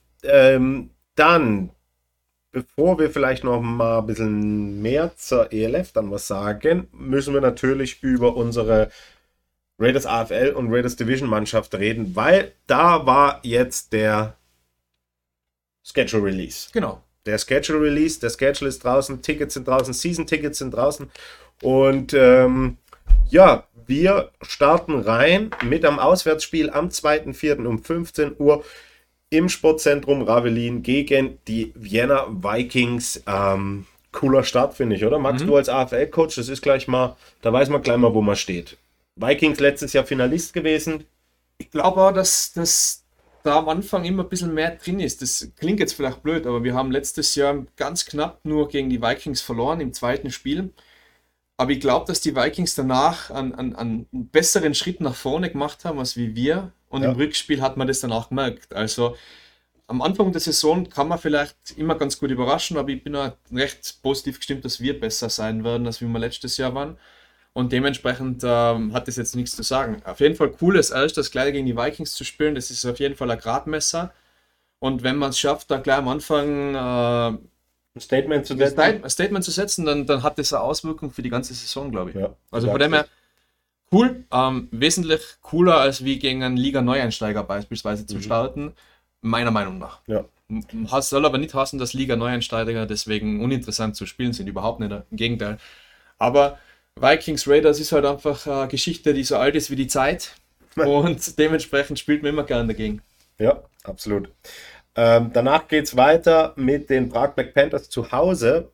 dann, bevor wir vielleicht noch mal ein bisschen mehr zur ELF dann was sagen, müssen wir natürlich über unsere Raiders AFL und Raiders Division Mannschaft reden, weil da war jetzt der Schedule Release. Genau. Der Schedule Release, der Schedule ist draußen, Tickets sind draußen, Season Tickets sind draußen und ja, wir starten rein mit einem Auswärtsspiel am 2.4. um 15 Uhr im Sportzentrum Ravelin gegen die Vienna Vikings. Cooler Start, finde ich, oder? Max, du als AFL-Coach, das ist gleich mal, da weiß man gleich mal, wo man steht. Vikings letztes Jahr Finalist gewesen. Ich glaube auch, dass da am Anfang immer ein bisschen mehr drin ist. Das klingt jetzt vielleicht blöd, aber wir haben letztes Jahr ganz knapp nur gegen die Vikings verloren im zweiten Spiel. Aber ich glaube, dass die Vikings danach einen besseren Schritt nach vorne gemacht haben als wie wir. Und Ja. im Rückspiel hat man das dann auch gemerkt. Also am Anfang der Saison kann man vielleicht immer ganz gut überraschen, aber ich bin auch recht positiv gestimmt, dass wir besser sein werden, als wie wir letztes Jahr waren. Und dementsprechend hat das jetzt nichts zu sagen. Auf jeden Fall cool, als erstes gleich gegen die Vikings zu spielen. Das ist auf jeden Fall ein Gradmesser. Und wenn man es schafft, da gleich am Anfang Ein Statement zu ein setzen. Statement zu setzen, dann hat das eine Auswirkung für die ganze Saison, glaube ich. Ja, Also von dem her cool, wesentlich cooler als wie gegen einen Liga-Neueinsteiger beispielsweise zu starten, meiner Meinung nach. Ja. Soll aber nicht heißen, dass Liga-Neueinsteiger deswegen uninteressant zu spielen sind, überhaupt nicht, im Gegenteil. Aber Vikings Raiders ist halt einfach eine Geschichte, die so alt ist wie die Zeit und dementsprechend spielt man immer gern dagegen. Ja, absolut. Danach geht es weiter mit den Prag Black Panthers zu Hause.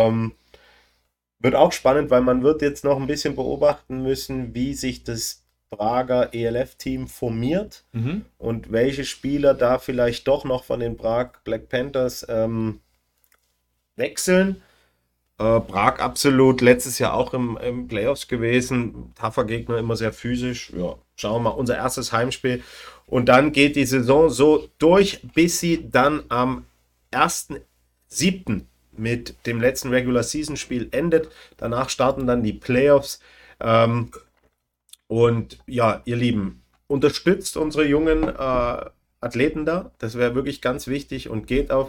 Wird auch spannend, weil man wird jetzt noch ein bisschen beobachten müssen, wie sich das Prager ELF-Team formiert und welche Spieler da vielleicht doch noch von den Prag Black Panthers wechseln. Prag absolut letztes Jahr auch im Playoffs gewesen. Tougher Gegner, immer sehr physisch. Ja, schauen wir mal, unser erstes Heimspiel. Und dann geht die Saison so durch, bis sie dann am 1.7. mit dem letzten Regular Season Spiel endet. Danach starten dann die Playoffs. Und ja, ihr Lieben, unterstützt unsere jungen Athleten da. Das wäre wirklich ganz wichtig und geht auf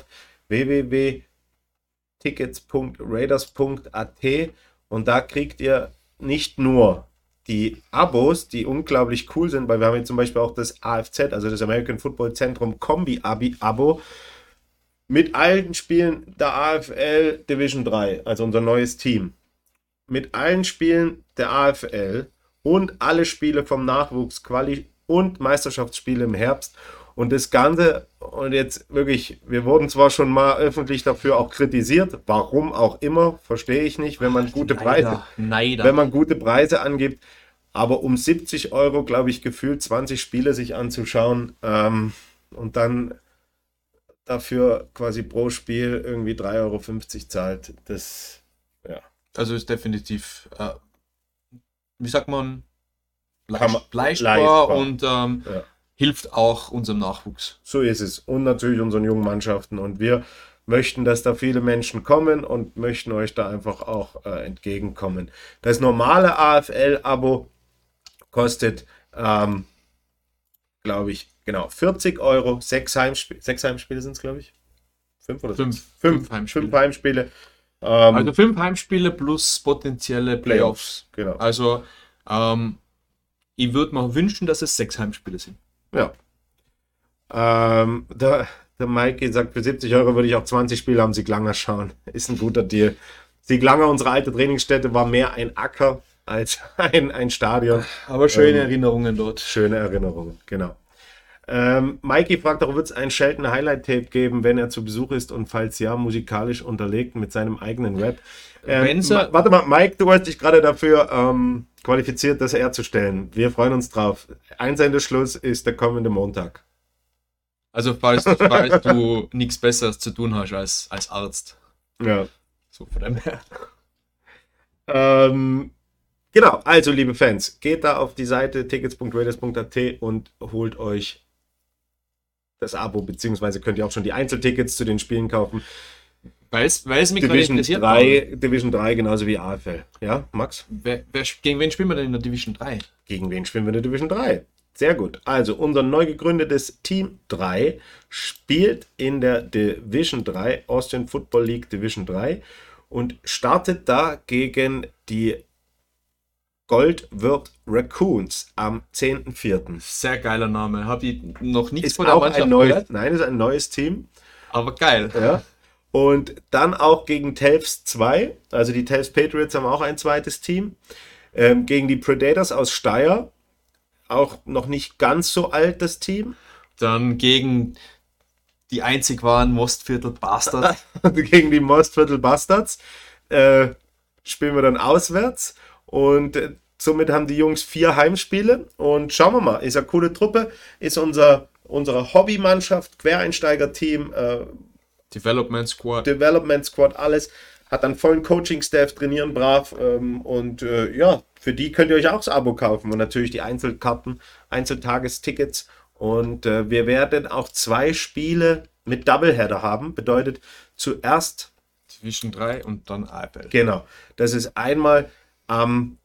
www.tickets.raiders.at und da kriegt ihr nicht nur die Abos, die unglaublich cool sind, weil wir haben jetzt zum Beispiel auch das AFZ, also das American Football Zentrum Kombi-Abo mit allen Spielen der AFL Division 3, also unser neues Team. Mit allen Spielen der AFL und alle Spiele vom Nachwuchs, Quali und Meisterschaftsspiele im Herbst. Und das Ganze, und jetzt wirklich, wir wurden zwar schon mal öffentlich dafür auch kritisiert, warum auch immer, verstehe ich nicht, wenn man gute Preise, wenn man gute Preise angibt, aber um 70 Euro, glaube ich, gefühlt 20 Spiele sich anzuschauen und dann dafür quasi pro Spiel irgendwie 3,50 Euro zahlt, das, ja. Also ist definitiv, wie sagt man, leistbar leistbar und ja. hilft auch unserem Nachwuchs. So ist es. Und natürlich unseren jungen Mannschaften. Und wir möchten, dass da viele Menschen kommen und möchten euch da einfach auch entgegenkommen. Das normale AFL-Abo kostet, glaube ich, genau 40 Euro. 6 Heimspiele sind es, glaube ich. 5 oder 6? 5 Heimspiele. Also 5 Heimspiele plus potenzielle Playoffs. Genau. Also ich würde mir wünschen, dass es 6 Heimspiele sind. Ja. Der Mikey sagt, für 70 Euro würde ich auch 20 Spiele am Sieglanger schauen. Ist ein guter Deal. Sieglanger, unsere alte Trainingsstätte, war mehr ein Acker. als ein Stadion. Aber schöne Erinnerungen dort. Schöne Erinnerungen, genau. Mikey fragt auch, wird es ein Shelton Highlight-Tape geben, wenn er zu Besuch ist und falls ja, musikalisch unterlegt mit seinem eigenen Rap? Warte mal, Mike, du hast dich gerade dafür qualifiziert, das herzustellen. Wir freuen uns drauf. Einsendeschluss ist der kommende Montag. Also falls du nichts Besseres zu tun hast als Arzt. Ja. So von dem her. Genau, also liebe Fans, geht da auf die Seite tickets.raiders.at und holt euch das Abo, beziehungsweise könnt ihr auch schon die Einzeltickets zu den Spielen kaufen. Weil es mich gerade Division interessiert. 3, Division 3 genauso wie AFL. Ja, Max? Gegen wen spielen wir denn in der Division 3? Gegen wen spielen wir in der Division 3? Sehr gut. Also unser neu gegründetes Team 3 spielt in der Division 3, Austrian Football League Division 3 und startet da gegen die Goldwirt Raccoons am 10.04. Sehr geiler Name. Habe ich noch nichts Ist von der auch Mannschaft ein neues, gehört. nein, ist ein neues Team. Aber geil. Ja. Und dann auch gegen Telfs 2, also die Telfs Patriots haben auch ein zweites Team. Gegen die Predators aus Steyr, auch noch nicht ganz so alt das Team. Dann gegen die einzig wahren Mostviertel Bastards. Gegen die Mostviertel Bastards spielen wir dann auswärts. Und somit haben die Jungs 4 Heimspiele. Und schauen wir mal, ist eine coole Truppe, ist unsere Hobbymannschaft, Quereinsteiger-Team, Development Squad, alles. Hat einen vollen Coaching-Staff, trainieren brav. Ja, für die könnt ihr euch auch das Abo kaufen. Und natürlich die Einzelkarten, Einzeltagestickets. Und wir werden auch 2 Spiele mit Doubleheader haben. Bedeutet zuerst Division 3 und dann AFL. Genau, das ist einmal am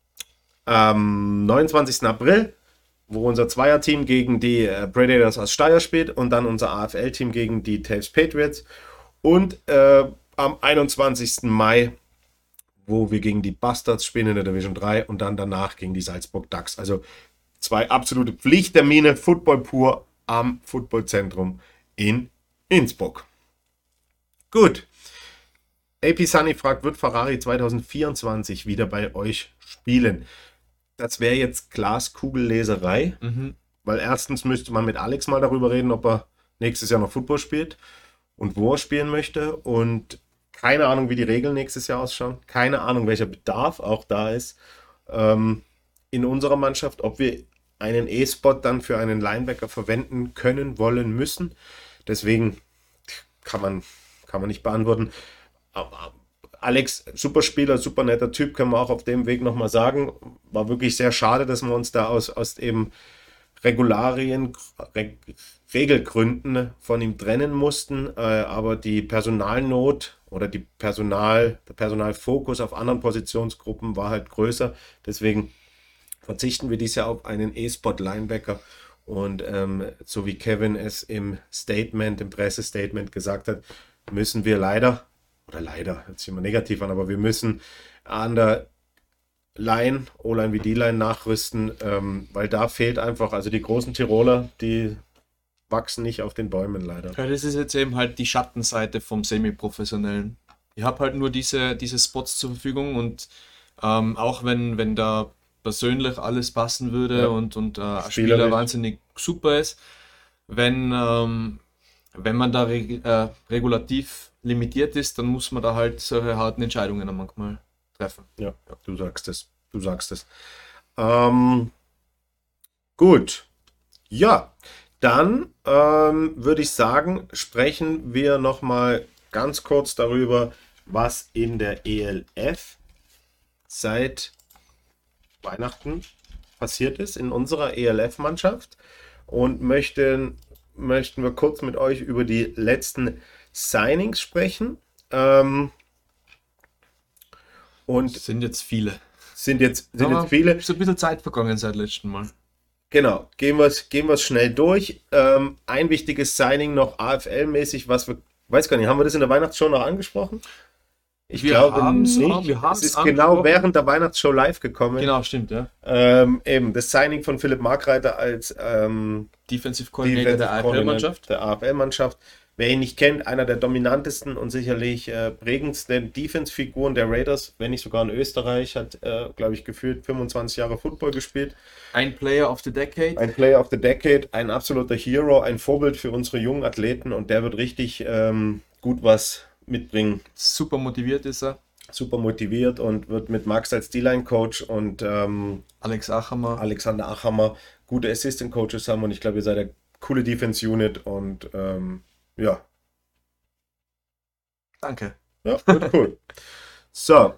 29. April, wo unser Zweierteam gegen die Predators aus Steyr spielt und dann unser AFL-Team gegen die Telfs Patriots und am 21. Mai, wo wir gegen die Bastards spielen in der Division 3 und dann danach gegen die Salzburg Ducks. Also 2 absolute Pflichttermine, Football pur am Footballzentrum in Innsbruck. Gut. AP Sunny fragt, wird Ferrari 2024 wieder bei euch spielen? Das wäre jetzt Glaskugelleserei, weil erstens müsste man mit Alex mal darüber reden, ob er nächstes Jahr noch Football spielt und wo er spielen möchte und keine Ahnung, wie die Regeln nächstes Jahr ausschauen, keine Ahnung, welcher Bedarf auch da ist in unserer Mannschaft, ob wir einen E-Spot dann für einen Linebacker verwenden können, wollen, müssen. Deswegen kann man nicht beantworten. Alex, super Spieler, super netter Typ, können wir auch auf dem Weg nochmal sagen. War wirklich sehr schade, dass wir uns da aus eben Regelgründen von ihm trennen mussten. Aber die Personalnot oder der Personalfokus auf anderen Positionsgruppen war halt größer. Deswegen verzichten wir dieses Jahr auf einen E-Spot-Linebacker. Und so wie Kevin es im Pressestatement gesagt hat, müssen wir leider, hört sich immer negativ an, aber wir müssen an der Line, O-Line wie D-Line nachrüsten, weil da fehlt einfach, also die großen Tiroler, die wachsen nicht auf den Bäumen leider. Ja, das ist jetzt eben halt die Schattenseite vom Semi-Professionellen. Ich habe halt nur diese Spots zur Verfügung und auch wenn da persönlich alles passen würde und ein Spieler wahnsinnig super ist, wenn man da regulativ limitiert ist, dann muss man da halt solche harten Entscheidungen manchmal treffen. Ja, du sagst es. Gut. Ja, dann würde ich sagen, sprechen wir nochmal ganz kurz darüber, was in der ELF seit Weihnachten passiert ist in unserer ELF-Mannschaft und möchten wir kurz mit euch über die letzten Signings sprechen. Und sind jetzt viele. Sind jetzt viele. Ist ein bisschen Zeit vergangen seit letztem Mal. Genau, gehen wir schnell durch. Ein wichtiges Signing noch AFL-mäßig, was wir, weiß gar nicht, haben wir das in der Weihnachtsshow noch angesprochen? Ich glaube nicht. Es ist genau während der Weihnachtsshow live gekommen. Genau, stimmt, ja. Eben, das Signing von Philipp Markreiter als Defensive Coordinator der AFL-Mannschaft. Der AFL-Mannschaft. wer ihn nicht kennt, einer der dominantesten und sicherlich prägendsten Defense-Figuren der Raiders, wenn nicht sogar in Österreich, hat, glaube ich, gefühlt 25 Jahre Football gespielt. Ein Player of the Decade. Ein Player of the Decade, ein absoluter Hero, ein Vorbild für unsere jungen Athleten und der wird richtig gut was mitbringen. Super motiviert ist er. Super motiviert und wird mit Max als D-Line-Coach und Alexander Achammer gute Assistant-Coaches haben und ich glaube, ihr seid eine coole Defense-Unit und ja. Danke. Ja, gut, cool. So,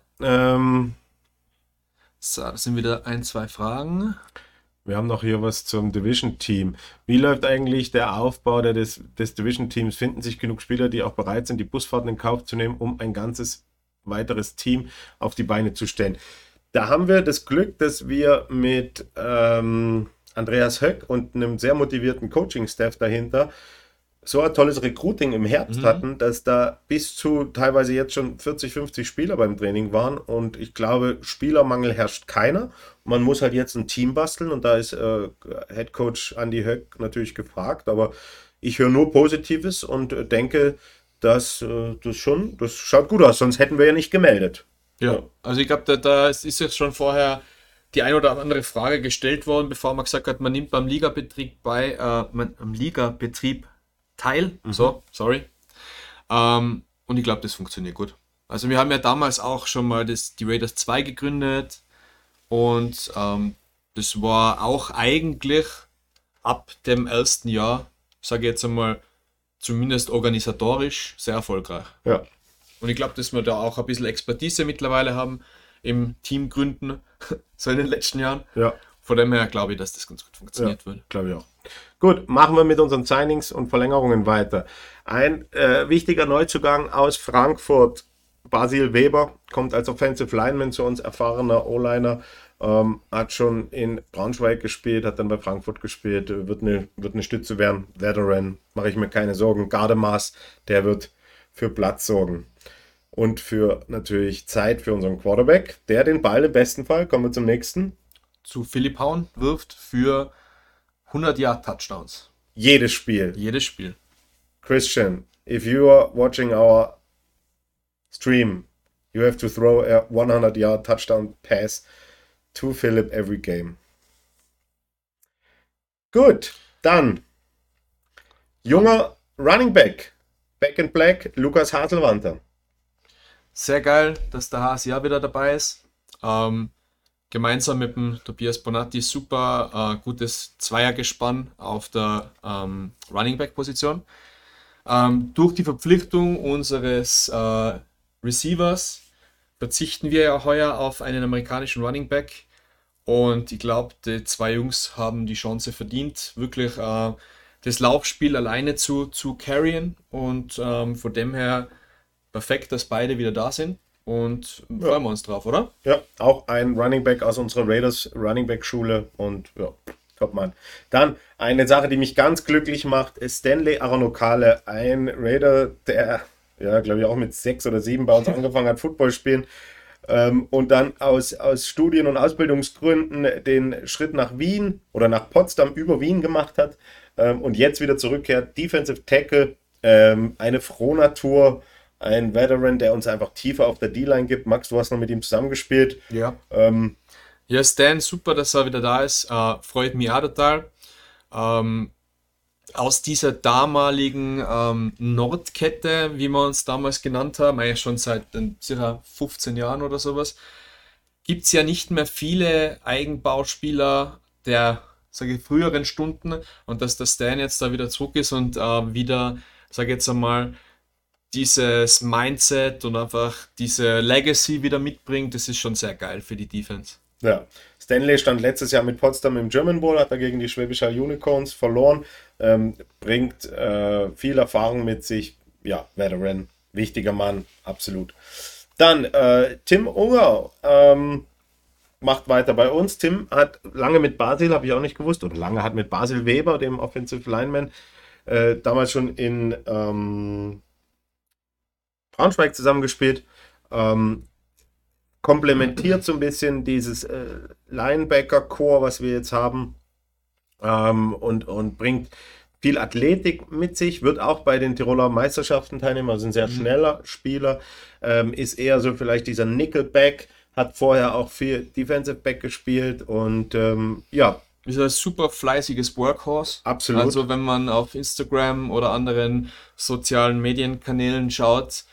das sind wieder 1, 2 Fragen. Wir haben noch hier was zum Division-Team. Wie läuft eigentlich der Aufbau des Division-Teams? Finden sich genug Spieler, die auch bereit sind, die Busfahrten in Kauf zu nehmen, um ein ganzes weiteres Team auf die Beine zu stellen? Da haben wir das Glück, dass wir mit Andreas Höck und einem sehr motivierten Coaching-Staff dahinter so ein tolles Recruiting im Herbst hatten, dass da bis zu teilweise jetzt schon 40, 50 Spieler beim Training waren und ich glaube, Spielermangel herrscht keiner. Man muss halt jetzt ein Team basteln und da ist Head Coach Andy Höck natürlich gefragt, aber ich höre nur Positives und denke, dass das schaut gut aus, sonst hätten wir ja nicht gemeldet. Ja, also ich glaube, da ist jetzt schon vorher die ein oder andere Frage gestellt worden, bevor man gesagt hat, man nimmt beim Ligabetrieb teil. So, sorry. Und ich glaube, das funktioniert gut. Also wir haben ja damals auch schon mal die Raiders 2 gegründet und das war auch eigentlich ab dem ersten Jahr, sage ich jetzt einmal, zumindest organisatorisch sehr erfolgreich. Ja. Und ich glaube, dass wir da auch ein bisschen Expertise mittlerweile haben im Team gründen, so in den letzten Jahren. Ja. Von dem her glaube ich, dass das ganz gut funktioniert wird. Glaube ich auch. Gut, machen wir mit unseren Signings und Verlängerungen weiter. Ein wichtiger Neuzugang aus Frankfurt, Basil Weber, kommt als Offensive Lineman zu uns, erfahrener O-Liner, hat schon in Braunschweig gespielt, hat dann bei Frankfurt gespielt, wird eine Stütze werden, Veteran, mache ich mir keine Sorgen. Gardemaß, der wird für Platz sorgen. Und für natürlich Zeit für unseren Quarterback, der den Ball im besten Fall, kommen wir zum nächsten, zu Philipp Hauen wirft für 100 Yard Touchdowns. Jedes Spiel. Christian, if you are watching our stream, you have to throw a 100 Yard touchdown pass to Philipp every game. Gut, dann junger Running Back, Back in Black, Lukas Haselwanter. Sehr geil, dass der HSJ wieder dabei ist. Gemeinsam mit dem Tobias Bonatti super gutes Zweiergespann auf der Running Back Position. Durch die Verpflichtung unseres Receivers verzichten wir ja heuer auf einen amerikanischen Running Back und ich glaube, die zwei Jungs haben die Chance verdient, wirklich das Laufspiel alleine zu carryen und von dem her perfekt, dass beide wieder da sind. Und freuen wir uns drauf, oder? Ja, auch ein Running Back aus unserer Raiders Running Back Schule und ja, top Mann. Dann eine Sache, die mich ganz glücklich macht, ist Stanley Aranokale, ein Raider, der, ja, glaube ich, auch mit 6 oder 7 bei uns angefangen hat, Football spielen und dann aus Studien- und Ausbildungsgründen den Schritt nach Wien oder nach Potsdam über Wien gemacht hat und jetzt wieder zurückkehrt. Defensive Tackle, eine Frohnatur, ein Veteran, der uns einfach tiefer auf der D-Line gibt. Max, du hast noch mit ihm zusammengespielt. Ja. Ja, Stan, super, dass er wieder da ist. Freut mich auch total. Aus dieser damaligen Nordkette, wie wir uns damals genannt haben, eigentlich schon seit ca. 15 Jahren oder sowas, gibt es ja nicht mehr viele Eigenbauspieler der, sage ich, früheren Stunden und dass der Stan jetzt da wieder zurück ist und wieder, sage ich jetzt einmal, dieses Mindset und einfach diese Legacy wieder mitbringt, das ist schon sehr geil für die Defense. Ja, Stanley stand letztes Jahr mit Potsdam im German Bowl, hat er gegen die Schwäbischer Unicorns verloren, bringt viel Erfahrung mit sich, ja, Veteran, wichtiger Mann, absolut. Dann Tim Unger macht weiter bei uns. Tim hat lange mit Basil, habe ich auch nicht gewusst, oder lange hat mit Basil Weber, dem Offensive Lineman, damals schon in Braunschweig zusammengespielt, komplementiert so ein bisschen dieses Linebacker-Core, was wir jetzt haben, und bringt viel Athletik mit sich, wird auch bei den Tiroler Meisterschaften teilnehmen, also ein sehr schneller Spieler, ist eher so vielleicht dieser Nickelback, hat vorher auch viel Defensive Back gespielt und ja, Ist ein super fleißiges Workhorse. absolut. Also wenn man auf Instagram oder anderen sozialen Medienkanälen schaut,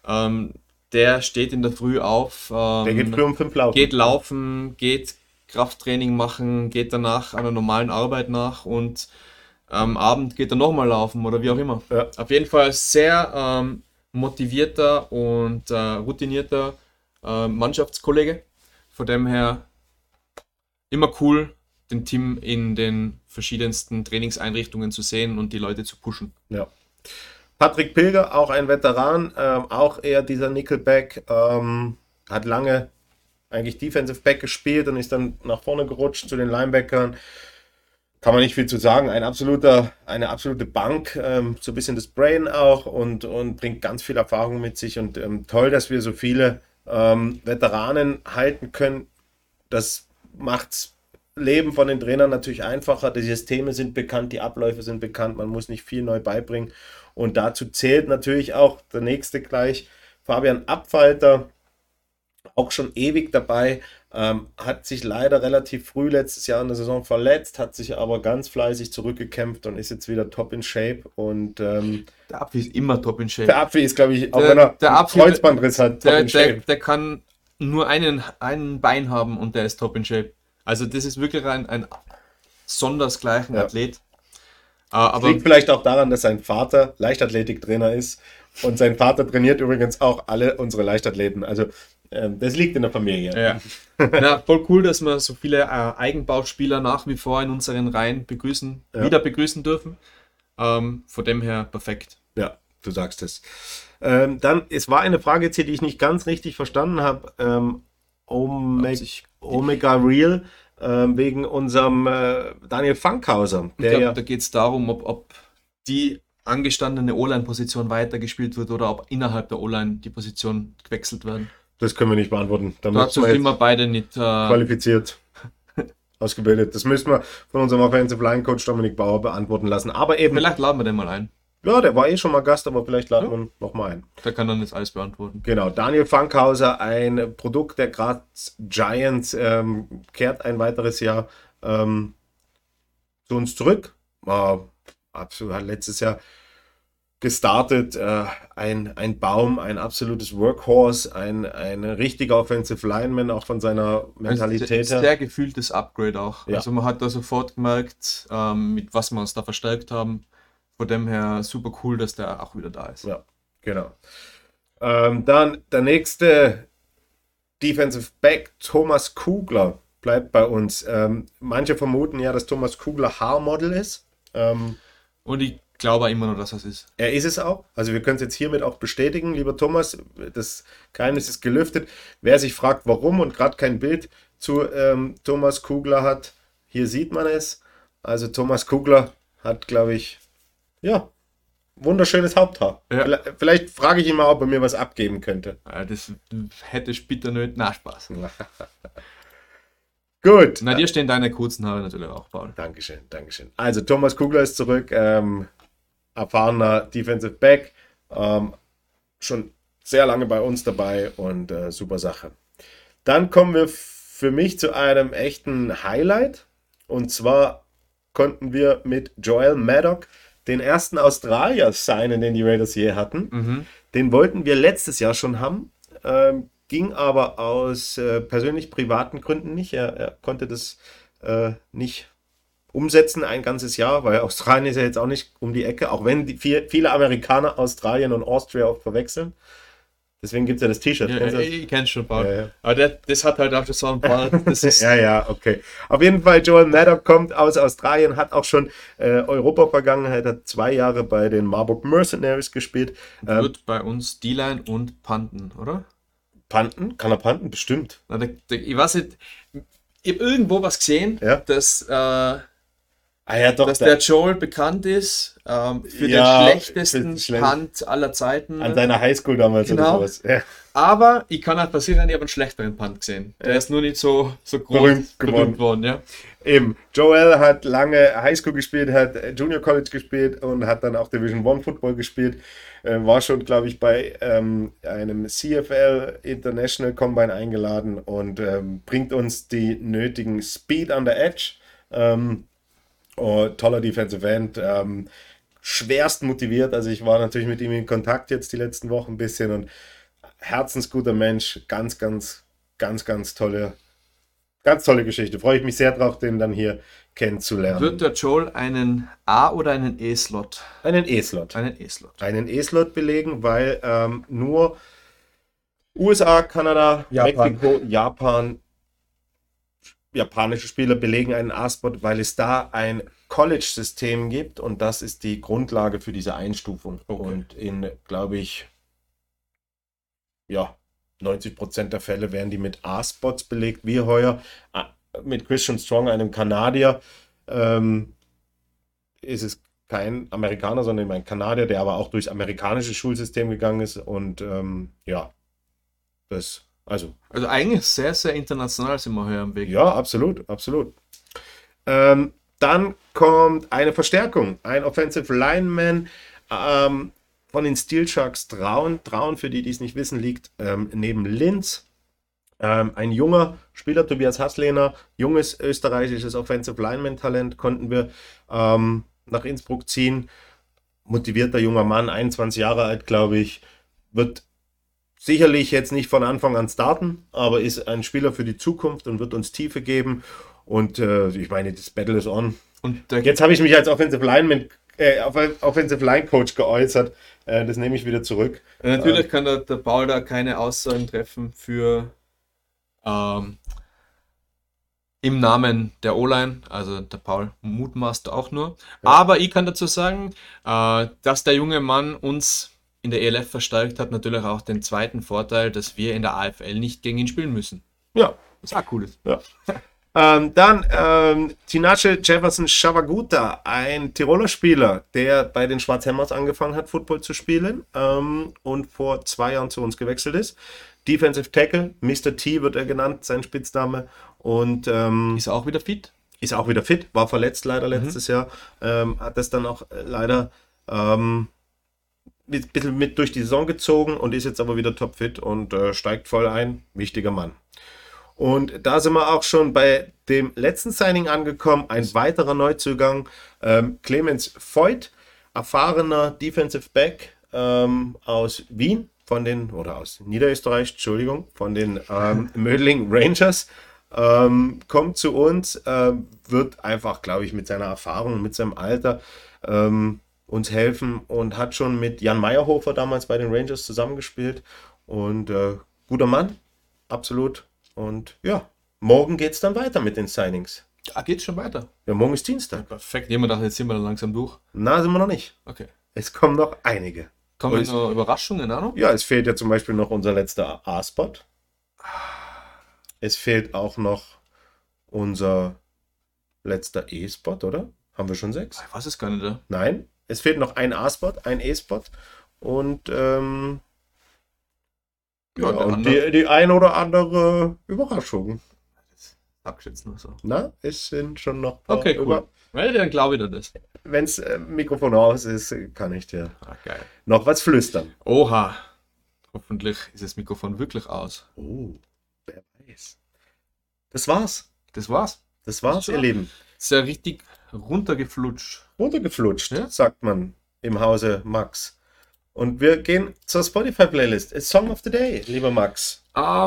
der steht in der Früh auf, Der geht früh um 5 laufen. geht laufen, geht Krafttraining machen, geht danach einer normalen Arbeit nach und am Abend geht er nochmal laufen oder wie auch immer. Ja. Auf jeden Fall sehr motivierter und routinierter Mannschaftskollege. Von dem her immer cool, den Team in den verschiedensten Trainingseinrichtungen zu sehen und die Leute zu pushen. Ja. Patrick Pilger, auch ein Veteran, auch eher dieser Nickelback, hat lange eigentlich Defensive Back gespielt und ist dann nach vorne gerutscht zu den Linebackern. Kann man nicht viel zu sagen. Eine absolute Bank, so ein bisschen das Brain auch und bringt ganz viel Erfahrung mit sich. Und toll, dass wir so viele Veteranen halten können. Das macht's Leben von den Trainern natürlich einfacher. Die Systeme sind bekannt, die Abläufe sind bekannt, man muss nicht viel neu beibringen. Und dazu zählt natürlich auch der nächste gleich, Fabian Abfalter, auch schon ewig dabei, hat sich leider relativ früh letztes Jahr in der Saison verletzt, hat sich aber ganz fleißig zurückgekämpft und ist jetzt wieder top in Shape. Und Der Apfi ist immer top in Shape. der Apfi ist, glaube ich, auch Der- wenn er der einen Apfi- Kreuzbandriss hat, top Der, in der, Shape. der kann nur ein Bein haben und der ist top in Shape. Also das ist wirklich ein sondersgleichen Ja. Athlet. Aber liegt vielleicht auch daran, dass sein Vater Leichtathletiktrainer ist und sein Vater trainiert übrigens auch alle unsere Leichtathleten. Also das liegt in der Familie. Ja. Na, voll cool, dass wir so viele Eigenbauspieler nach wie vor in unseren Reihen wieder begrüßen dürfen. Von dem her perfekt. Ja, du sagst es. Es war eine Frage jetzt hier, die ich nicht ganz richtig verstanden habe. Omega Real, wegen unserem Daniel Fankhauser. Ich glaube, da geht es darum, ob die angestandene O-Line-Position weitergespielt wird oder ob innerhalb der O-Line die Position gewechselt werden. Das können wir nicht beantworten. Da Dazu müssen wir sind wir beide nicht qualifiziert ausgebildet. Das müssen wir von unserem Offensive Line Coach Dominik Bauer beantworten lassen. Aber eben, Vielleicht laden wir den mal ein. ja, der war schon mal Gast, aber vielleicht laden wir ihn nochmal ein. Der kann dann jetzt alles beantworten. Genau, Daniel Fankhauser, ein Produkt der Graz Giants, kehrt ein weiteres Jahr zu uns zurück. Absolut, hat letztes Jahr gestartet, ein Baum, ein absolutes Workhorse, ein richtiger Offensive Lineman, auch von seiner Mentalität her. Sehr gefühltes Upgrade auch. Ja. Also man hat da sofort gemerkt, mit was wir uns da verstärkt haben. Von dem her super cool, dass der auch wieder da ist. Ja, genau. Dann der nächste Defensive Back, Thomas Kugler, bleibt bei uns. Manche vermuten ja, dass Thomas Kugler Haarmodel ist. Und ich glaube immer noch, dass das ist. Er ist es auch. Also wir können es jetzt hiermit auch bestätigen, lieber Thomas. Das Geheimnis ist gelüftet. Wer sich fragt, warum und gerade kein Bild zu Thomas Kugler hat, hier sieht man es. Also Thomas Kugler hat, glaube ich, ja, wunderschönes Haupthaar. Ja. Vielleicht frage ich ihn mal, ob er mir was abgeben könnte. Das hätte später nicht. Na, Spaß. Gut. Na, dir stehen deine kurzen Haare natürlich auch, Paul. Dankeschön, Dankeschön. Also Thomas Kugler ist zurück, erfahrener Defensive Back, schon sehr lange bei uns dabei und super Sache. Dann kommen wir für mich zu einem echten Highlight, und zwar konnten wir mit Joel Maddock den ersten Australier signen, den die Raiders je hatten. Den wollten wir letztes Jahr schon haben, ging aber aus persönlich privaten Gründen nicht. Er konnte das nicht umsetzen ein ganzes Jahr, weil Australien ist ja jetzt auch nicht um die Ecke, auch wenn viele Amerikaner Australien und Austria oft verwechseln. Deswegen gibt es ja das T-Shirt. Ja, ich kenn's schon, Paul. Ja. Aber das hat halt auch so ein paar. Das ist Ja, okay. Auf jeden Fall, Joel Maddock kommt aus Australien, hat auch schon Europa-Vergangenheit, hat 2 Jahre bei den Marburg Mercenaries gespielt. wird bei uns D-Line und Panten, oder? Panten? Kann er panten? Bestimmt. Na, ich weiß nicht, ich habe irgendwo was gesehen, Ja. dass Ah ja, doch. dass der Joel bekannt ist für Ja, den schlechtesten schlecht. Punt aller Zeiten. An seiner Highschool damals Genau. oder sowas. Ja. Aber ich kann halt passieren, ich habe einen schlechteren Punt gesehen. Der ist nur nicht so groß Berühmt worden, ja. Eben, Joel hat lange Highschool gespielt, hat Junior College gespielt und hat dann auch Division One Football gespielt. War schon, glaube ich, bei einem CFL International Combine eingeladen und bringt uns die nötigen Speed on the Edge. Toller Defensive End. Schwerst motiviert. Also ich war natürlich mit ihm in Kontakt jetzt die letzten Wochen ein bisschen und herzensguter Mensch. Ganz, ganz, ganz, ganz tolle Geschichte. Freue ich mich sehr drauf, den dann hier kennenzulernen. Wird der Joel einen A- oder einen E-Slot? Einen E-Slot. Einen E-Slot. Einen E-Slot belegen, weil nur USA, Kanada, Japan. Mexiko, Japan, japanische Spieler belegen einen A-Spot, weil es da ein College-System gibt und das ist die Grundlage für diese Einstufung. Okay. Und in, glaube ich, ja, 90% der Fälle werden die mit A-Spots belegt, wie heuer. Mit Christian Strong, einem Kanadier, ist es kein Amerikaner, sondern ein Kanadier, der aber auch durchs amerikanische Schulsystem gegangen ist. Und ja, also eigentlich sehr, sehr international sind wir hier am Weg. ja, absolut, absolut. Dann kommt eine Verstärkung, ein Offensive Lineman von den Steel Sharks Traun. Traun, für die, die es nicht wissen, liegt neben Linz. Ein junger Spieler, Tobias Hasslehner, junges österreichisches Offensive Lineman-Talent, konnten wir nach Innsbruck ziehen. Motivierter junger Mann, 21 Jahre alt, glaube ich, wird sicherlich jetzt nicht von Anfang an starten, aber ist ein Spieler für die Zukunft und wird uns Tiefe geben. Und ich meine, das Battle is on. Und Jetzt habe ich mich als Offensive Line Coach geäußert. Das nehme ich wieder zurück. natürlich kann der Paul da keine Aussagen treffen für im Namen der O-Line, also der Paul mutmaßt auch nur. Ja. Aber ich kann dazu sagen, dass der junge Mann uns in der ELF verstärkt hat, natürlich auch den zweiten Vorteil, dass wir in der AFL nicht gegen ihn spielen müssen. Ja. Was auch cool ist. Ja. Dann Tinashe Jefferson Shavaguta, ein Tiroler Spieler, der bei den Schwarzhämmers angefangen hat, Football zu spielen und vor 2 Jahren zu uns gewechselt ist. Defensive Tackle, Mr. T wird er genannt, sein Spitzname. Und ist auch wieder fit? Ist auch wieder fit, war verletzt leider letztes Jahr. Hat das dann auch leider ein bisschen mit durch die Saison gezogen und ist jetzt aber wieder topfit und steigt voll ein. Wichtiger Mann. Und da sind wir auch schon bei dem letzten Signing angekommen. Ein weiterer Neuzugang, Clemens Voigt, erfahrener Defensive Back aus Wien, aus Niederösterreich, Entschuldigung, von den Mödling Rangers. Kommt zu uns, wird einfach, glaube ich, mit seiner Erfahrung, mit seinem Alter uns helfen und hat schon mit Jan Meyerhofer damals bei den Rangers zusammengespielt. Und guter Mann, absolut. Und ja, morgen geht es dann weiter mit den Signings. Ah, geht's schon weiter? Ja, morgen ist Dienstag. Ja, perfekt. Jemand dachte, jetzt sind wir dann langsam durch. Na, sind wir noch nicht. Okay. Es kommen noch einige. Kommen noch Überraschungen auch noch? Ja, es fehlt ja zum Beispiel noch unser letzter A-Spot. Es fehlt auch noch unser letzter E-Spot, oder? Haben wir schon 6? Ich weiß es gar nicht, oder? Nein, es fehlt noch ein A-Spot, ein E-Spot und und die ein oder andere Überraschung. Sag ich jetzt nur so. Na, es sind schon noch okay, cool. Dann glaube ich dir das. Wenn das Mikrofon aus ist, kann ich dir geil. noch was flüstern. Oha. Hoffentlich ist das Mikrofon wirklich aus. Oh, wer weiß. Das war's. Das war's, ihr Lieben. Ist ja richtig runtergeflutscht. Runtergeflutscht, ja? Sagt man im Hause Max. Und wir gehen zur Spotify-Playlist. A Song of the Day, lieber Max.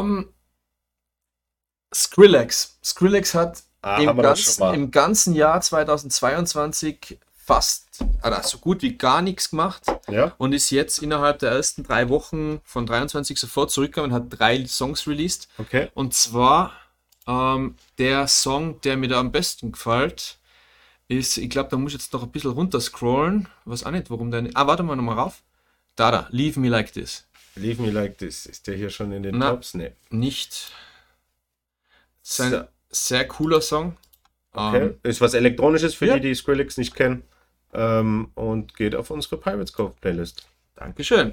Skrillex. Skrillex hat im ganzen Jahr 2022 so gut wie gar nichts gemacht. Ja. Und ist jetzt innerhalb der ersten 3 Wochen von 23 sofort zurückgekommen und hat 3 Songs released. Okay. Und zwar der Song, der mir da am besten gefällt, ist, ich glaube, da muss ich jetzt noch ein bisschen runter scrollen. Was auch nicht, warum der nicht. Warte mal nochmal rauf. Da, Leave Me Like This. Leave Me Like This. Ist der hier schon in den Tops? Nee. Nicht. Ist ein sehr cooler Song. Okay. Ist was Elektronisches für ja. die Skrillex nicht kennen. Und geht auf unsere Pirates Cove Playlist. Dankeschön.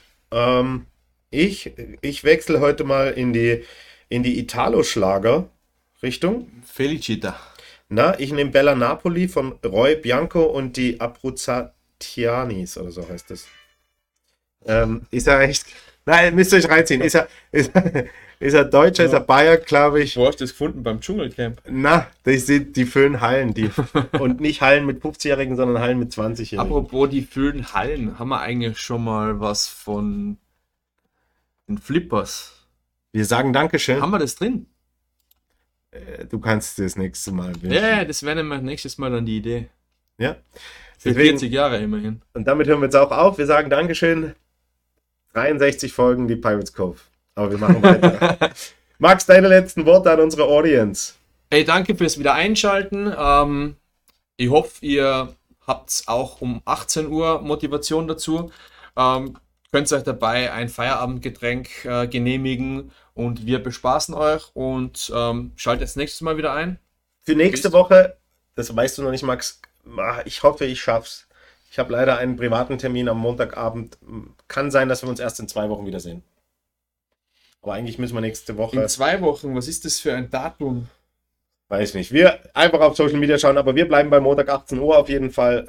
Ich wechsle heute mal in die Italo-Schlager-Richtung. Felicita. Na, ich nehme Bella Napoli von Roy Bianco und die Abruzzatianis oder so heißt das. Ist er echt. Nein, müsst ihr euch reinziehen. Ist er Deutscher, ist er Bayer, glaube ich. Wo hast du das gefunden? Beim Dschungelcamp? Na, die füllen Hallen. Und nicht Hallen mit 50-Jährigen, sondern Hallen mit 20-Jährigen. Apropos die füllen Hallen, haben wir eigentlich schon mal was von den Flippers? Wir sagen Dankeschön. Haben wir das drin? Du kannst das nächste Mal wünschen. Ja, das wäre nämlich nächstes Mal dann die Idee. Ja. Für 40 Jahre immerhin. Und damit hören wir jetzt auch auf. Wir sagen Dankeschön. 63 Folgen, die Pirates Cove. Aber wir machen weiter. Max, deine letzten Worte an unsere Audience. Hey, danke fürs wieder einschalten. Ich hoffe, ihr habt auch um 18 Uhr Motivation dazu. Könnt euch dabei ein Feierabendgetränk genehmigen und wir bespaßen euch und schaltet das nächstes Mal wieder ein. Für nächste Woche, das weißt du noch nicht, Max, ich hoffe, ich schaff's. Ich habe leider einen privaten Termin am Montagabend. Kann sein, dass wir uns erst in 2 Wochen wiedersehen. Aber eigentlich müssen wir nächste Woche... In 2 Wochen, was ist das für ein Datum? Weiß nicht. Wir einfach auf Social Media schauen, aber wir bleiben bei Montag 18 Uhr auf jeden Fall.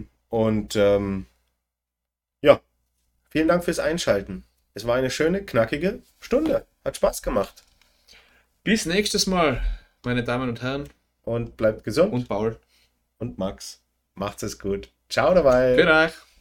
Ja, vielen Dank fürs Einschalten. Es war eine schöne, knackige Stunde. Hat Spaß gemacht. Bis nächstes Mal, meine Damen und Herren. Und bleibt gesund. Und Paul. Und Max. Macht's es gut. Ciao dabei. Für euch.